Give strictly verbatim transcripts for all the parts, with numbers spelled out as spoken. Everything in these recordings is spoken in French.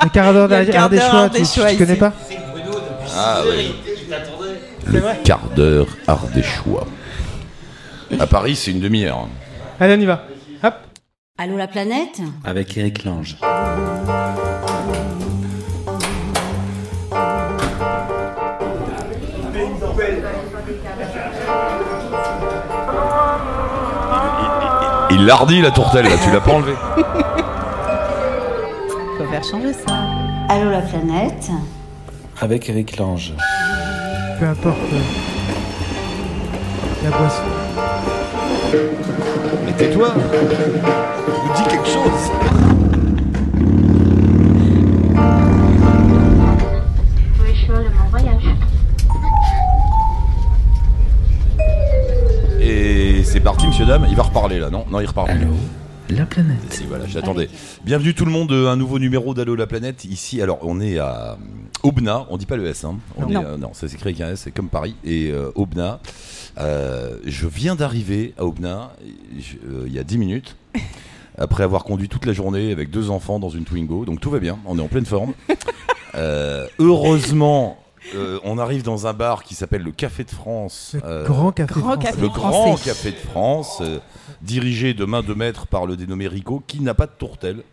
Le quart d'heure d'Ardéchois, tu, choix tu connais pas? Ah oui. C'est vrai. Le quart d'heure Ardéchois. À Paris, c'est une demi-heure. Allez, on y va. Hop. Allô la planète? Avec Eric Lange. Il l'a redit la tourtelle, là, tu l'as pas enlevée. Faut faire changer ça. Allô la planète? Avec Eric Lange. Peu importe euh, la boisson. Mais tais-toi. Vous dis quelque chose. Oui, je suis de mon voyage. Et c'est parti, monsieur, dame. Il va reparler, là, non? Non, il repart. Allô, la planète. Si, voilà, j'attendais. Bienvenue tout le monde, un nouveau numéro d'Allô la planète. Ici, alors, on est à Aubenas. On dit pas le S, hein. On non. Est, euh, non, ça s'écrit avec un S, c'est comme Paris. Et euh, Aubenas. Euh, je viens d'arriver à Aubenas euh, il y a dix minutes. Après avoir conduit toute la journée avec deux enfants dans une Twingo. Donc tout va bien, on est en pleine forme. Euh, heureusement, euh, on arrive dans un bar qui s'appelle le Café de France. Le euh, grand café. grand français. café. le français. grand Café de France, euh, dirigé de main de maître par le dénommé Rico, qui n'a pas de tourtelle.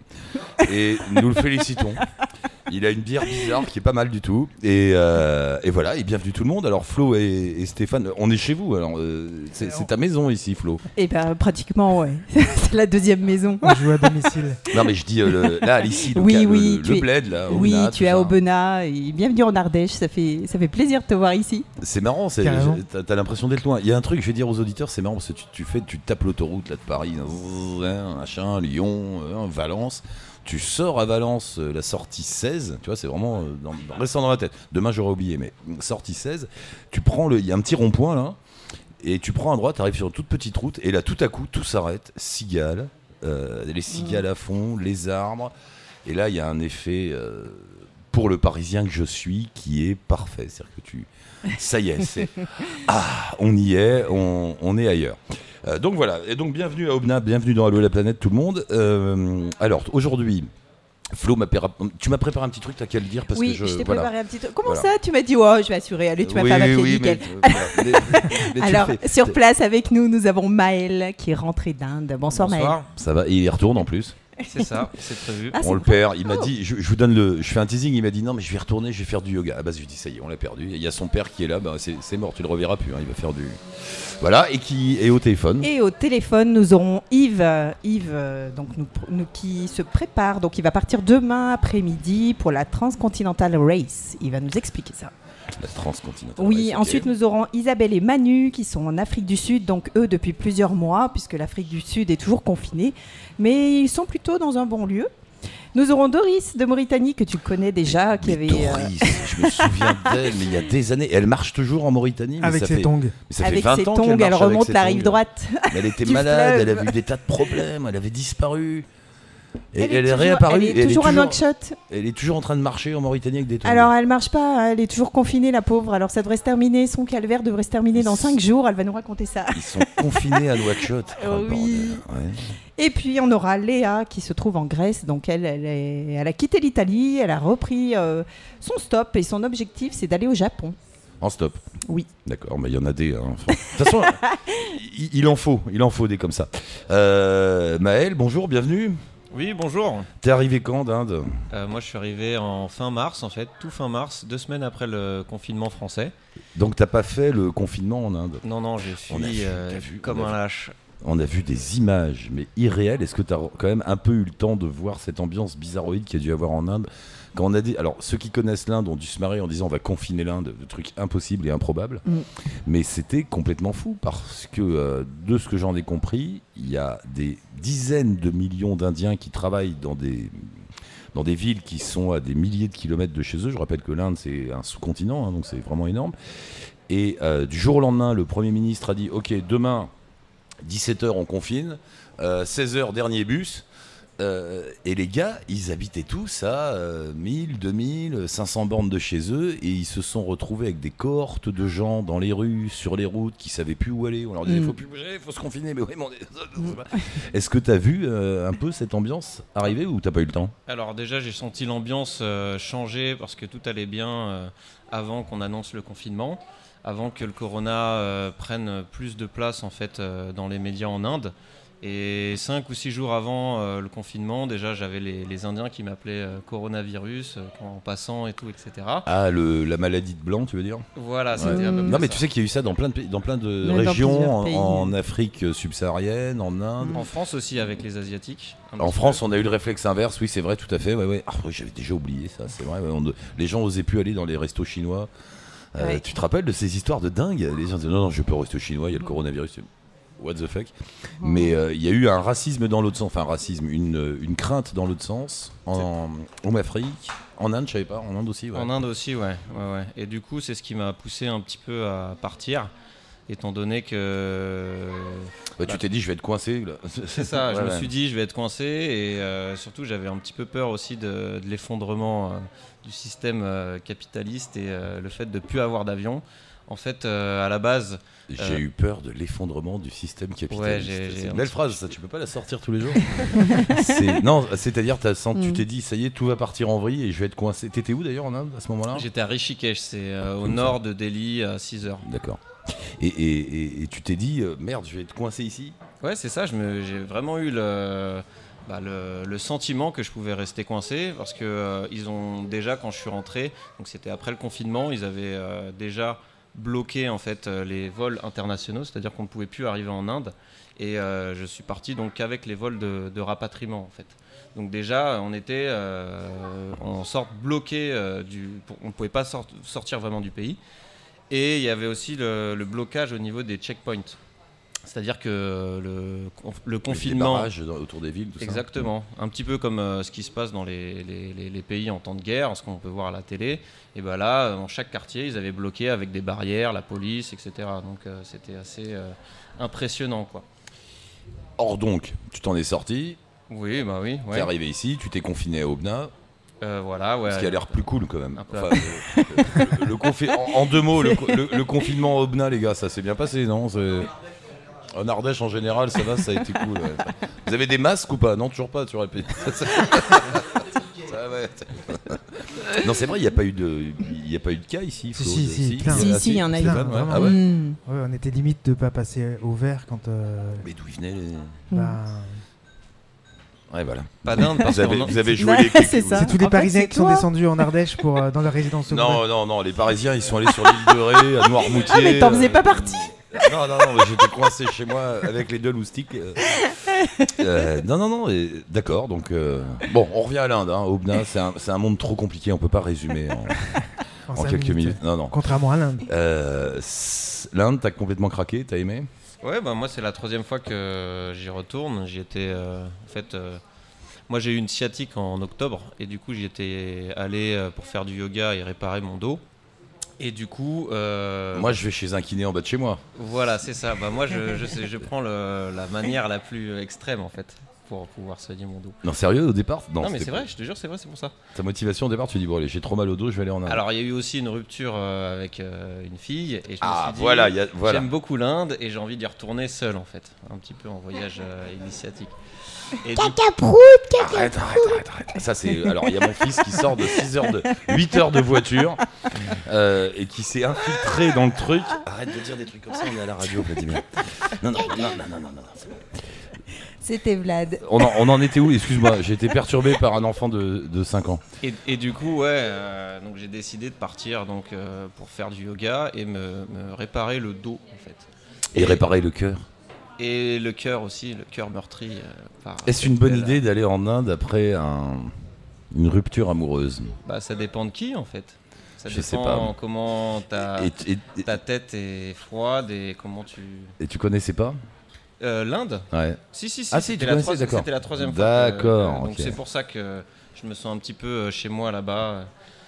Et nous le félicitons. Il a une bière bizarre qui est pas mal du tout. Et, euh, et voilà, et bienvenue tout le monde. Alors Flo et, et Stéphane, on est chez vous. Alors, euh, c'est, c'est ta maison ici, Flo. Et ben pratiquement ouais. C'est la deuxième maison. On joue à domicile. Non mais je dis euh, le, là, ici, le, Oui, le, oui, le, tu le es- bled là. Oui, Aubenas, tu tout es à ça. Aubenas et bienvenue en Ardèche. Ça fait ça fait plaisir de te voir ici. C'est marrant, c'est, Carrément. t'as, t'as l'impression d'être loin. Il y a un truc, je vais dire aux auditeurs, c'est marrant parce que tu, tu fais, tu tapes l'autoroute là de Paris, hein, machin, Lyon, hein, Valence. Tu sors à Valence, euh, la sortie seize, tu vois, c'est vraiment euh, dans, dans, restant dans la tête. Demain j'aurais oublié, mais sortie seize, tu prends le, il y a un petit rond-point là, et tu prends à droite, tu arrives sur une toute petite route, et là tout à coup tout s'arrête, cigales, euh, les cigales à fond, les arbres, et là il y a un effet euh, pour le Parisien que je suis qui est parfait, c'est-à-dire que tu, ça y est, c'est ah, on y est, on, on est ailleurs. Euh, donc voilà, et donc bienvenue à Aubenas, bienvenue dans Allô la planète tout le monde. Euh, alors aujourd'hui, Flo, m'a péra... tu m'as préparé un petit truc, t'as qu'à le dire parce oui, que je, je t'ai voilà. préparé un petit truc. Comment Voilà. ça? Tu m'as dit oh, je vais assurer. Allez, tu vas Oui, faire ma pied oui, nickel. mais, euh, voilà. mais, mais tu Alors, le fais. sur place avec nous, nous avons Maël qui est rentré d'Inde. Bonsoir, Maël. Bonsoir, Ça va, et il y retourne en plus. c'est ça, c'est prévu. Ah, on c'est le vrai. perd. Il m'a Oh. dit, je, je vous donne le, je fais un teasing. Il m'a dit non, mais je vais retourner, je vais faire du yoga. Ah bah je lui dis ça y est, on l'a perdu. Il y a son père qui est là, bah, c'est, c'est mort, tu le reverras plus. Hein, il va faire du, voilà, et qui est au téléphone. Et au téléphone, nous aurons Yves, euh, Yves euh, donc nous, nous- qui se prépare. Donc, il va partir demain après-midi pour la Transcontinental Race. Il va nous expliquer ça. La transcontinentale. Oui, Ouais, ok. ensuite nous aurons Isabelle et Manu qui sont en Afrique du Sud, donc eux depuis plusieurs mois, puisque l'Afrique du Sud est toujours confinée, mais ils sont plutôt dans un bon lieu. Nous aurons Doris de Mauritanie que tu connais déjà, qui Mais avait Doris, je me souviens d'elle, mais il y a des années. Elle marche toujours en Mauritanie. Mais Avec ça ses fait, tongs. mais ça fait avec vingt ses ans tongs, qu'elle elle marche avec remonte ses la rive tongs. droite. Mais elle était du malade, fleuve. elle avait eu des tas de problèmes, elle avait disparu. Et elle, est est toujours- réapparue. Elle et est toujours à toujours, Nouakchott. elle est toujours en train de marcher en Mauritanie avec des tongs. Alors elle marche pas, elle est toujours confinée la pauvre. Alors ça devrait se terminer, son calvaire devrait se terminer dans cinq jours. Elle va nous raconter ça. Ils sont confinés à Nouakchott. Oh, le Oui. bordel, ouais. Et puis on aura Léa qui se trouve en Grèce. Donc elle, elle, est- elle a quitté l'Italie, elle a repris euh, son stop et son objectif c'est d'aller au Japon. En stop. Oui. D'accord, mais il y en a des. hein. Enfin, de toute façon, il, il en faut, il en faut des comme ça. Euh, Maël, bonjour, bienvenue. Oui, bonjour. T'es arrivé quand d'Inde? Euh, moi, je suis arrivé en fin mars, en fait, tout fin mars, deux semaines après le confinement français. Donc t'as pas fait le confinement en Inde? Non, non, j'ai On a fui vu, euh, t'as vu, comme on a un vu. lâche. On a vu des images, mais irréelles. Est-ce que tu as quand même un peu eu le temps de voir cette ambiance bizarroïde qu'il y a dû y avoir en Inde? Quand on a dit, alors ceux qui connaissent l'Inde ont dû se marrer en disant on va confiner l'Inde, de trucs impossibles et improbables. Mm. Mais c'était complètement fou parce que euh, de ce que j'en ai compris, il y a des dizaines de millions d'Indiens qui travaillent dans des dans des villes qui sont à des milliers de kilomètres de chez eux. Je rappelle que l'Inde c'est un sous-continent, hein, donc c'est vraiment énorme. Et euh, du jour au lendemain, le Premier ministre a dit ok, demain dix-sept heures on confine, euh, seize heures dernier bus. Euh, et les gars, ils habitaient tous à euh, mille, deux mille, cinq cents bornes de chez eux et ils se sont retrouvés avec des cohortes de gens dans les rues, sur les routes, qui savaient plus où aller. On leur disait, il Mm. faut plus bouger, il faut se confiner. Mais oui, mais on est- Est-ce que tu as vu euh, un peu cette ambiance arriver ou t'as pas eu le temps? Alors déjà, j'ai senti l'ambiance euh, changer parce que tout allait bien euh, avant qu'on annonce le confinement, avant que le corona euh, prenne plus de place en fait euh, dans les médias en Inde. Et cinq ou six jours avant euh, le confinement, déjà j'avais les, les Indiens qui m'appelaient euh, coronavirus euh, en passant et tout, et cetera. Ah, le, la maladie de blanc, tu veux dire? Voilà, Ouais. c'était à peu près Non, mais ça. tu sais qu'il y a eu ça dans plein de, pays- dans plein de Ouais, dans régions, plusieurs en, pays. en Afrique subsaharienne, en Inde. En France aussi avec les Asiatiques. un En petit France, on a eu le réflexe inverse, oui, c'est vrai, tout à fait. Ouais, ouais. Ah, oui, j'avais déjà oublié ça, c'est vrai. ouais, on de- les gens osaient plus aller dans les restos chinois. Euh, Ouais. Tu te rappelles de ces histoires de dingue? Les gens disaient non, non, je peux au resto chinois, il y a le coronavirus. What the fuck? Mais euh, il y a eu un racisme dans l'autre sens, enfin un racisme, une, une crainte dans l'autre sens, en, en Afrique, en Inde, je savais pas, en Inde aussi. Ouais. En Inde aussi, ouais, ouais, ouais. Et du coup, c'est ce qui m'a poussé un petit peu à partir, étant donné que... Ouais, tu bah, t'es dit, je vais être coincé. Là. C'est ça, je Ouais, me ouais. suis dit, je vais être coincé, et euh, surtout, j'avais un petit peu peur aussi de, de l'effondrement euh, du système euh, capitaliste et euh, le fait de ne plus avoir d'avion. En fait, euh, à la base... J'ai Euh, eu peur de l'effondrement du système capitaliste. Ouais, j'ai- j'ai c'est un une belle petit- phrase, ça. Tu peux pas la sortir tous les jours. C'est- Non, c'est-à-dire, t'as sent- tu Mm. t'es dit, ça y est, tout va partir en vrille et je vais être coincé. T'étais où d'ailleurs en Inde à ce moment-là? J'étais à Rishikesh, c'est euh, au Cool, ça. nord de Delhi, à six heures. D'accord. Et, et- et- et tu t'es dit, euh, merde, je vais être coincé ici. Ouais, c'est ça, je me- j'ai vraiment eu le, bah, le, le sentiment que je pouvais rester coincé parce que euh, ils ont déjà, quand je suis rentré, donc c'était après le confinement, ils avaient euh, déjà bloqué en fait euh, les vols internationaux, c'est-à-dire qu'on ne pouvait plus arriver en Inde. Et euh, je suis parti donc avec les vols de, de rapatriement en fait. Donc déjà, on était euh, en sorte bloqué, euh, du, pour- on ne pouvait pas sort- sortir vraiment du pays. Et il y avait aussi le, le blocage au niveau des checkpoints. C'est-à-dire que le, conf- le Les confinement... barrages dans- autour des villes, tout ça. Exactement, un petit peu comme euh, ce qui se passe dans les, les- les- les pays en temps de guerre, ce qu'on peut voir à la télé. Et ben là, dans chaque quartier, ils avaient bloqué avec des barrières, la police, et cetera. Donc euh, c'était assez euh, impressionnant, quoi. Or donc, tu t'en es sorti, Oui, bah oui, t'es ouais. arrivé ici, tu t'es confiné à Aubenas, Euh, voilà, ouais. ce qui a l'air plus cool quand même. Un peu Enfin, le- le- le confi- en, en deux mots, le, co- le- le confinement à Aubenas, les gars, ça s'est bien passé, non? C'est- En Ardèche, en général, ça va, ça a été cool. ouais. Vous avez des masques ou pas? Non, toujours pas, tu aurais pu. Ça, ouais. Non, c'est vrai, il n'y a pas eu de, il y a pas eu de cas ici. Si, Flo, si, de- si, plein. Si, ah, si, il y en a eu. Stéphane, ouais. Vraiment. Ah ouais. Mm. Ouais, on était limite de pas passer au vert quand. euh, Mais d'où ils venaient les... bah, Ouais, voilà. Pas d'Inde, parce Vous avez, qu'on- vous avez joué Ouais, les clics. c'est ça. c'est tous les En fait, Parisiens c'est qui sont toi. descendus en Ardèche pour, euh, dans leur résidence secondaire. Non, non, non, les Parisiens, ils sont allés sur l'île de Ré, à Noirmoutier. Ah, mais t'en faisais euh, pas partie? Non, non, non, mais j'étais coincé chez moi avec les deux loustiques. euh. Euh, non, non, non, et- d'accord, donc... euh, Bon, on revient à l'Inde, hein, Aubenas, c'est un, c'est un monde trop compliqué, on peut pas résumer en, En en cinq quelques minutes. Non, non. Contrairement à l'Inde. Euh, c- L'Inde, t'as complètement craqué, t'as aimé? Ouais, bah moi c'est la troisième fois que j'y retourne. J'y étais, euh, en fait, euh, moi j'ai eu une sciatique en octobre et du coup j'y étais allé euh, pour faire du yoga et réparer mon dos. Et du coup, euh, Moi, je vais chez un kiné en bas de chez moi. voilà, c'est ça. Bah moi je, je, sais, je prends le- la manière la plus extrême en fait pour pouvoir soigner mon dos. Non, sérieux, au départ? Non, mais c'était c'est pas- vrai, je te jure, c'est vrai, c'est pour ça. Ta motivation au départ, tu dis, bon, allez, j'ai trop mal au dos, je vais aller en Inde. Alors il y a eu aussi une rupture euh, avec euh, une fille et je ah, me suis dit, voilà, il y a- voilà. j'aime beaucoup l'Inde et j'ai envie d'y retourner seul en fait, un petit peu en voyage euh, initiatique. Et du Arrête, arrête, arrête, arrête. Ça, c'est. Alors, il y a mon fils qui sort de six heures de. huit heures de voiture euh, et qui s'est infiltré dans le truc. Arrête de dire des trucs comme ça, on est à la radio, Vladimir. Non, non, non, non, non, non, non. non. C'était Vlad. On en, on en était où? Excuse-moi, j'ai été perturbé par un enfant de, de cinq ans. Et, et du coup, ouais, euh, donc j'ai décidé de partir donc euh, pour faire du yoga et me, me réparer le dos en fait. Et réparer le cœur. Et le cœur aussi, le cœur meurtri. euh, par Est-ce cette une bonne belle- idée d'aller en Inde après un- une rupture amoureuse? Bah, ça dépend de qui en fait. Ça Je dépend sais pas. comment ta, Et, et- et- ta tête est froide et comment tu. et tu connaissais pas? Euh, L'Inde. Ouais. Si, si, si. Ah, si, c'était tu la, connaissais, troisième- d'accord. c'était la troisième fois. que- D'accord, que- Donc ok. c'est pour ça que je me sens un petit peu euh, chez moi là-bas,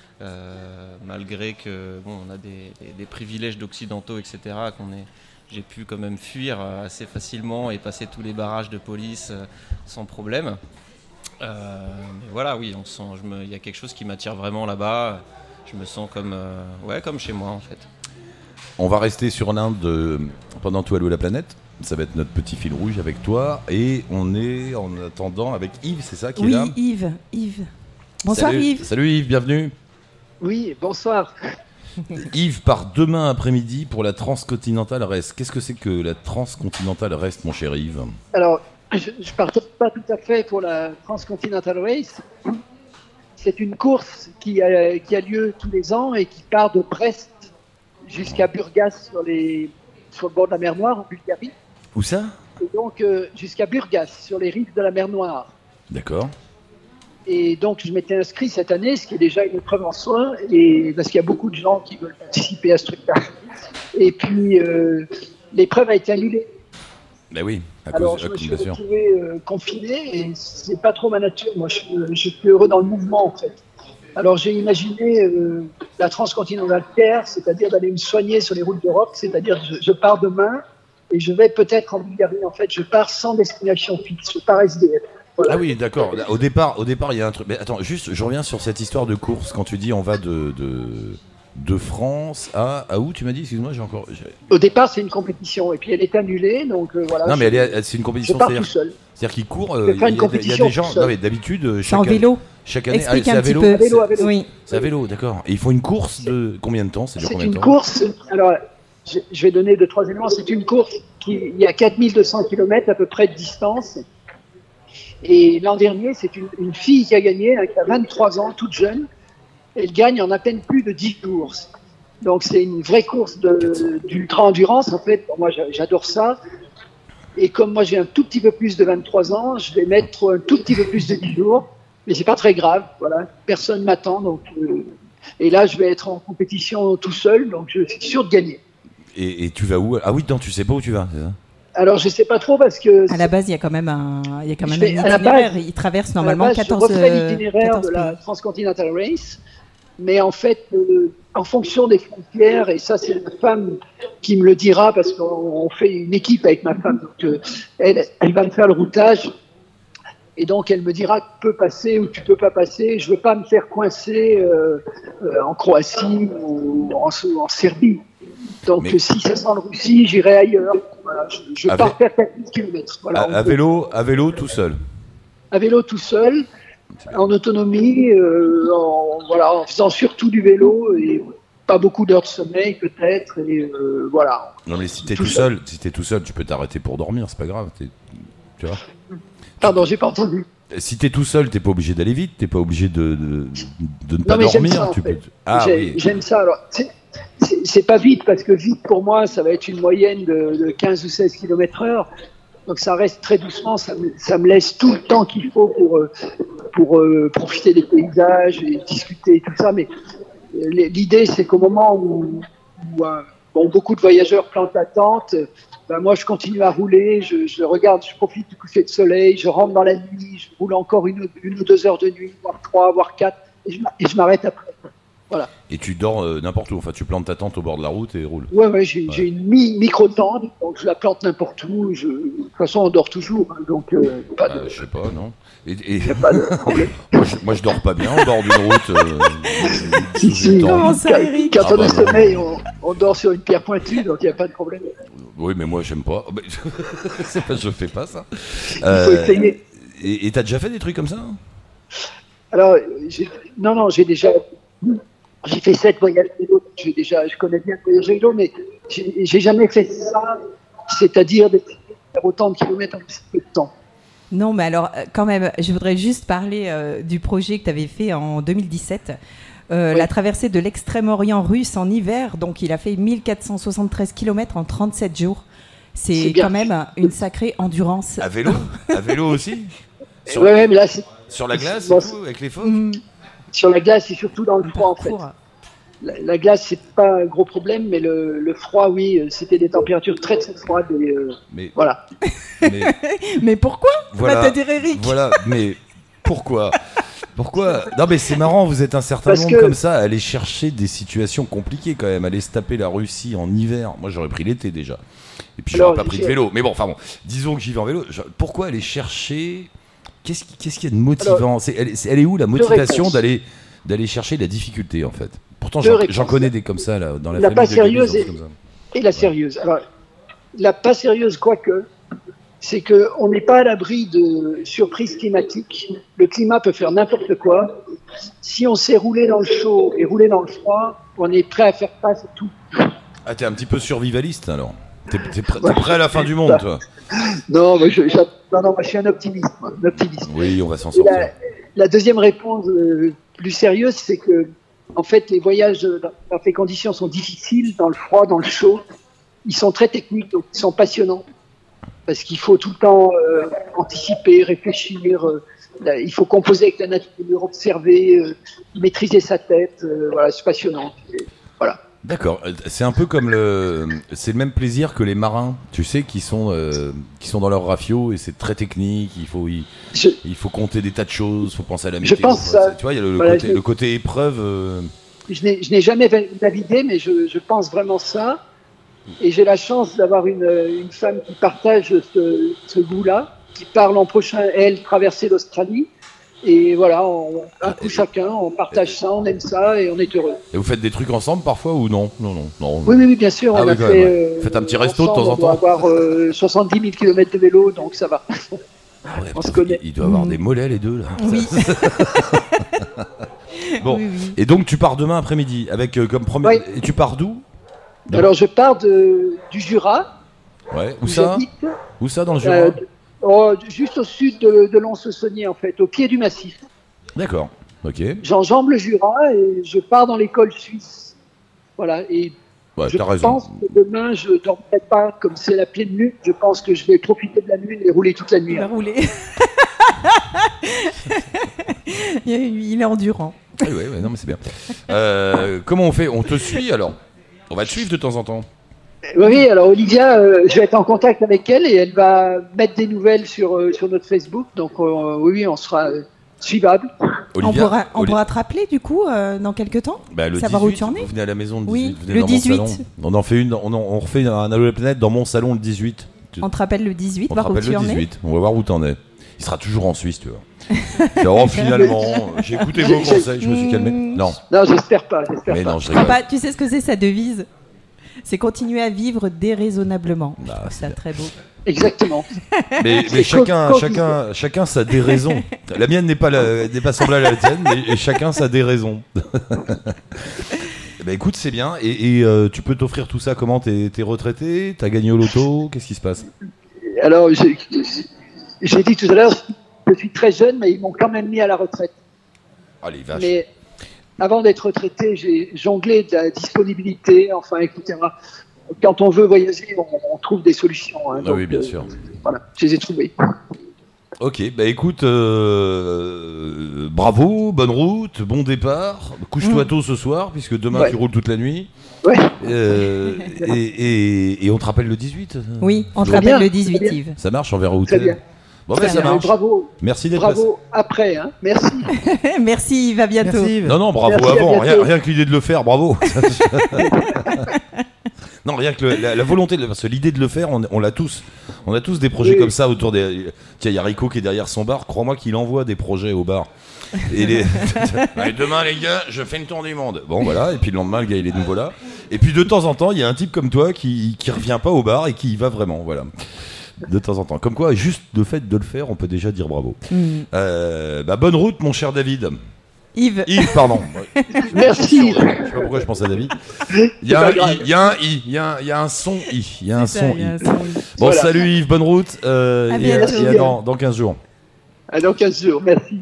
euh, malgré que bon, on a des, des- des privilèges d'occidentaux, et cetera. Qu'on est, j'ai pu quand même fuir euh, assez facilement et passer tous les barrages de police euh, sans problème. Euh, mais voilà, oui, on sent, je me, il y a quelque chose qui m'attire vraiment là-bas. Je me sens comme, euh, ouais, comme chez moi en fait. On va rester sur l'Inde de... pendant tout Allô la planète. Ça va être notre petit fil rouge avec toi. Et on est en attendant avec Yves, c'est ça qui oui, est là? Oui, Yves. Yves. Bonsoir Salut, Yves. Salut Yves, bienvenue. Oui, bonsoir. Yves part demain après-midi pour la Transcontinental Race. Qu'est-ce que c'est que la Transcontinental Race, mon cher Yves? Alors, je ne pars pas tout à fait pour la Transcontinental Race. C'est une course qui a, qui a lieu tous les ans et qui part de Brest jusqu'à Burgas sur, les, sur le bord de la mer Noire en Bulgarie. Où ça? Et donc euh, jusqu'à Burgas sur les rives de la mer Noire. D'accord. Et donc je m'étais inscrit cette année, ce qui est déjà une épreuve en soi, et parce qu'il y a beaucoup de gens qui veulent participer à ce truc-là. Et puis euh, l'épreuve a été annulée. Ben oui, à Alors cause, je à me cause, suis bien sûr. retrouvé euh, confiné et c'est pas trop ma nature. Moi, je, je suis heureux dans le mouvement en fait. Alors j'ai imaginé euh, la transcontinentale care, c'est-à-dire d'aller me soigner sur les routes d'Europe, c'est-à-dire je, je pars demain et je vais peut-être en Bulgarie. En fait, je pars sans destination fixe, je pars S D F. Voilà. Ah oui, d'accord. Au départ, au départ, il y a un truc. Mais attends, juste, je reviens sur cette histoire de course. Quand tu dis on va de de, de France à à où tu m'as dit? Excuse-moi, j'ai encore. j'ai- Au départ, c'est une compétition et puis elle est annulée, donc euh, voilà. Non, mais je, elle est, c'est une je compétition. pars tout C'est-à-dire, seul. c'est-à-dire qu'ils courent. Je euh, vais faire Il une y, a des- il y a compétition des gens. tout seul. Non, mais d'habitude, euh, C'est chaque en année- vélo. Chaque année, Explique ah, c'est un à petit vélo. peu. À vélo, à vélo. Oui. C'est à vélo, d'accord. Et ils font une course de combien de temps? Ça dure C'est combien de une temps? course, alors je, je vais donner deux, trois éléments. C'est une course qui il y a quatre mille deux cents kilomètres à peu près de distance. Et l'an dernier, c'est une, une fille qui a gagné, hein, qui a vingt-trois ans, toute jeune. Elle gagne en à peine plus de dix jours. Donc c'est une vraie course de- d'ultra-endurance. En fait, moi j'a- j'adore ça. Et comme moi j'ai un tout petit peu plus de vingt-trois ans, je vais mettre un tout petit peu plus de dix jours. Mais c'est pas très grave, voilà. Personne m'attend, donc... euh, et là, je vais être en compétition tout seul, donc je suis sûr de gagner. Et, et tu vas où? Ah oui, non, tu sais pas où tu vas, c'est ça? Alors, je sais pas trop parce que... À la base, il y a quand même un, il y a quand Je même fais- un à la itinéraire. base- Il traverse à la normalement base, quatorze, je refais euh, l'itinéraire quatorze de la pays. Transcontinental Race, mais en fait, euh, en fonction des frontières, et ça, c'est ma femme qui me le dira parce qu'on on fait une équipe avec ma femme, donc euh, elle, elle va me faire le routage. Et donc, elle me dira que tu peux passer ou tu peux pas passer. Je veux pas me faire coincer euh, euh, en Croatie ou en, en Serbie. Donc, Mais- euh, si ça sent le Russie, j'irai ailleurs. Voilà, je je À pars vé- faire quatre mille kilomètres. Voilà, à, en à gros. vélo, à vélo, tout seul. À vélo tout seul, en autonomie, euh, en, voilà, en faisant surtout du vélo et pas beaucoup d'heures de sommeil peut-être. Et euh, voilà. Non, mais si t'es Tout tout seul, si t'es tout seul, tu peux t'arrêter pour dormir, c'est pas grave. t'es- Tu vois? Pardon, j'ai pas entendu. Si t'es tout seul, t'es pas obligé d'aller vite, t'es pas obligé de, de, de ne pas Non, mais j'aime dormir. ça, en tu fait. peux... Ah J'ai- oui. J'aime ça. Alors, c'est- c'est c'est pas vite parce que vite pour moi, ça va être une moyenne de, de quinze ou seize kilomètres heure. Donc ça reste très doucement, ça me, ça me laisse tout le temps qu'il faut pour, euh, pour euh, profiter des paysages et discuter et tout ça. Mais euh, l'idée, c'est qu'au moment où, où, euh, bon, beaucoup de voyageurs plantent la tente, euh, ben moi je continue à rouler, je, je regarde, je profite du coucher de soleil, je rentre dans la nuit, je roule encore une, une ou deux heures de nuit, voire trois, voire quatre, et je, m'a- et je m'arrête après. Voilà. Et tu dors euh, n'importe où. Enfin, tu plantes ta tente au bord de la route et roule. Ouais, ouais, j'ai Ouais. j'ai une mi- micro-tente, donc je la plante n'importe où. Je... De toute façon, on dort toujours, hein, donc euh, pas de, Euh, je sais pas, non. Et, et- pas de problème. moi, je, moi, je dors pas bien au bord d'une route. euh, Si, sous si. une tente. Comment ça, Quand, Eric quand Ah on bah a non. sommeil, on, on dort sur une pierre pointue, donc il n'y a pas de problème. Oui, mais moi, j'aime pas. Oh, mais- c'est pas, je fais pas ça. Il faut Euh, essayer. et et t'as déjà fait des trucs comme ça? Alors, j'ai- non, non, j'ai déjà. J'ai fait sept voyages vélo, j'ai déjà, je connais bien le voyage vélo, mais j'ai j'ai jamais fait ça, c'est-à-dire de faire autant de kilomètres en si peu de temps. Non, mais alors, euh, quand même, je voudrais juste parler euh, du projet que tu avais fait en deux mille dix-sept. Euh, Oui. La traversée de l'extrême-orient russe en hiver. Donc, il a fait mille quatre cent soixante-treize kilomètres en trente-sept jours. C'est C'est bien. quand même une sacrée endurance. À vélo? À vélo aussi? Sur, Ouais, ouais, mais là, c'est- sur la glace Bon, et tout, avec les phoques? Mmh, sur la glace et surtout dans le froid, en fait. parcours. La, la glace, c'est pas un gros problème, mais le, le froid, oui, euh, c'était des températures très très froides. Et, euh, Mais, voilà. mais Mais pourquoi voilà. Va te dire Eric. Voilà, mais pourquoi? Pourquoi? Non, mais c'est marrant, vous êtes un certain Parce nombre que- comme ça à aller chercher des situations compliquées quand même, aller se taper la Russie en hiver. Moi, j'aurais pris l'été déjà. Et puis, j'aurais Alors, pas pris de j'ai- vélo. Mais bon, enfin bon, disons que j'y vais en vélo. Je- Pourquoi aller chercher Qu'est-ce, qui- qu'est-ce qu'il y a de motivant Alors, c'est, elle, est- c'est- elle est où la motivation réponses. d'aller, d'aller chercher la difficulté en fait? Pourtant, Deux j'en, réponses. j'en connais des comme ça là, dans la, La famille pas de Gabi, sérieuse j'en et- sais comme ça. Et la sérieuse. Alors, la pas sérieuse, quoique, c'est qu'on n'est pas à l'abri de surprises climatiques. Le climat peut faire n'importe quoi. Si on sait rouler dans le chaud et rouler dans le froid, on est prêt à faire face à tout. Ah, t'es un petit peu survivaliste alors. T'es, t'es prêt, t'es prêt à la fin du monde, toi? Non, mais je, je- non, non, moi, je suis un optimiste. moi, un optimiste. Oui, on va s'en Et sortir. la, la deuxième réponse euh, plus sérieuse, c'est que, en fait, les voyages dans, dans ces conditions sont difficiles, dans le froid, dans le chaud. Ils sont très techniques, donc ils sont passionnants. Parce qu'il faut tout le temps euh, anticiper, réfléchir. euh, là, il faut composer avec la nature, observer, euh, maîtriser sa tête. euh, voilà, c'est passionnant. Et voilà. D'accord, euh, c'est un peu comme le, c'est le même plaisir que les marins, tu sais, qui sont, euh, qui sont dans leur rafio et c'est très technique. Il faut, il, Je, il faut compter des tas de choses, il faut penser à la Je météo. pense ça. Tu vois, il y a le, le Voilà, côté, je- le côté épreuve. euh, je n'ai je n'ai jamais va- navigué, mais je, je pense vraiment ça. Et j'ai la chance d'avoir une, une femme qui partage ce, ce goût-là, qui part l'an prochain, elle, traverser l'Australie. Et voilà, on, un coup chacun, on partage ça, on aime ça et on est heureux. Et vous faites des trucs ensemble parfois ou non? Non, non, non. Oui, oui, oui, bien sûr. Ah on oui, a quand fait. même, ouais. euh, Faites un petit resto de ensemble, temps en on doit temps. avoir euh, soixante-dix mille kilomètres de vélo, donc ça va. Ah ouais, on se putain, connaît. Il doit avoir des mollets les deux là. Oui. Bon, Oui, oui. et donc tu pars demain après-midi avec euh, comme premier. Oui. Et tu pars d'où? Non. Alors, je pars de, du Jura. Ouais. Où où ça? j'habite, Où ça dans le Jura? euh, oh, juste au sud de, de Lons-le-Saunier, en fait, au pied du massif. D'accord. Ok. J'enjambe le Jura et je pars dans l'école suisse. Voilà, et Ouais, je t'as raison. pense que demain, je ne dormirai pas comme c'est la pleine lune. Je pense que je vais profiter de la lune et rouler toute la nuit. Il va rouler. Il est endurant. Oui, oui, oui, non, mais c'est bien. Euh, comment on fait? On te suit alors? On va te suivre de temps en temps. Oui, alors Olivia, euh, je vais être en contact avec elle et elle va mettre des nouvelles sur, euh, sur notre Facebook. Donc euh, oui, oui, on sera euh, suivable. On Olivia, pourra, on Oli- pourra te rappeler du coup euh, dans quelques temps. Bah, le savoir où dix-huit, tu en es. vous venez à la maison le Oui, dix-huit, venez le dans mon dix-huit. salon. On en fait une, on, en- on refait un Allo la planète dans mon salon le dix-huit. Tu- On te rappelle le dix-huit, on te voir où rappelle tu le en es. dix-huit. On va voir où t'en es. Il sera toujours en Suisse, tu vois. Alors finalement, j'ai écouté vos conseils, je me suis calmé. Non, Non, j'espère pas, j'espère mais pas. non, je rigole. Pas- tu sais ce que c'est sa devise? C'est continuer à vivre déraisonnablement. Ah, Je trouve c'est ça bien. très beau. Exactement. Mais, mais C'est chacun, co- chacun, chacun sa déraison. La mienne n'est pas, la- n'est pas semblable à la tienne, mais et chacun sa déraison. Bah écoute, c'est bien. Et, et, euh, tu peux t'offrir tout ça comment? T'es, t'es retraité? T'as gagné au loto? Qu'est-ce qui se passe? Alors, j'ai j'ai dit tout à l'heure, je suis très jeune, mais ils m'ont quand même mis à la retraite. Allez, vache. Mais avant d'être retraité, j'ai jonglé de la disponibilité, enfin, et cetera. Quand on veut voyager, on, on trouve des solutions. hein. Ah Donc, oui, bien euh, sûr. Voilà, je les ai trouvées. Ok, bah écoute, euh, bravo, bonne route, bon départ. Couche-toi tôt ce soir, puisque demain Ouais. tu roules toute la nuit. Ouais. Euh, et, et, et on te rappelle le dix-huit? Oui, on te Très rappelle bien, le dix-huit, très bien. Yves. Ça marche, on verra où Très t'es. bien. Bon, bah Très ça bien. marche. Bravo, Merci d'être passé. bravo après. Hein. Merci. Merci Yves, à bientôt. Merci Yves. Non, non, bravo Merci, à avant. Rien, bientôt. rien que l'idée de le faire, bravo. Non, rien que le- la, la volonté, de, parce que l'idée de le faire, on, on l'a tous. On a tous des projets Oui. comme ça autour des. Tiens, il y a Rico qui est derrière son bar. Crois-moi qu'il envoie des projets au bar. Et les... Allez, demain, les gars, je fais une tour du monde. Bon, voilà. Et puis le lendemain, le gars, il est nouveau là. Et puis de temps en temps, il y a un type comme toi qui, qui revient pas au bar et qui y va vraiment. Voilà. De temps en temps. Comme quoi, juste le fait de le faire, on peut déjà dire bravo. Mm. Euh, bah, bonne route, mon cher David. Yves, Yves, pardon. Merci. Je sais pas pourquoi je pense à David. Il y a pas un grave. i, il y a un i, il y a un, il y a un son i, il y a un c'est ça, son il y a un i. son i. Bon, Voilà. salut Yves, bonne route. euh, À et à, bientôt. et à dans, dans quinze jours. À dans quinze jours. Merci.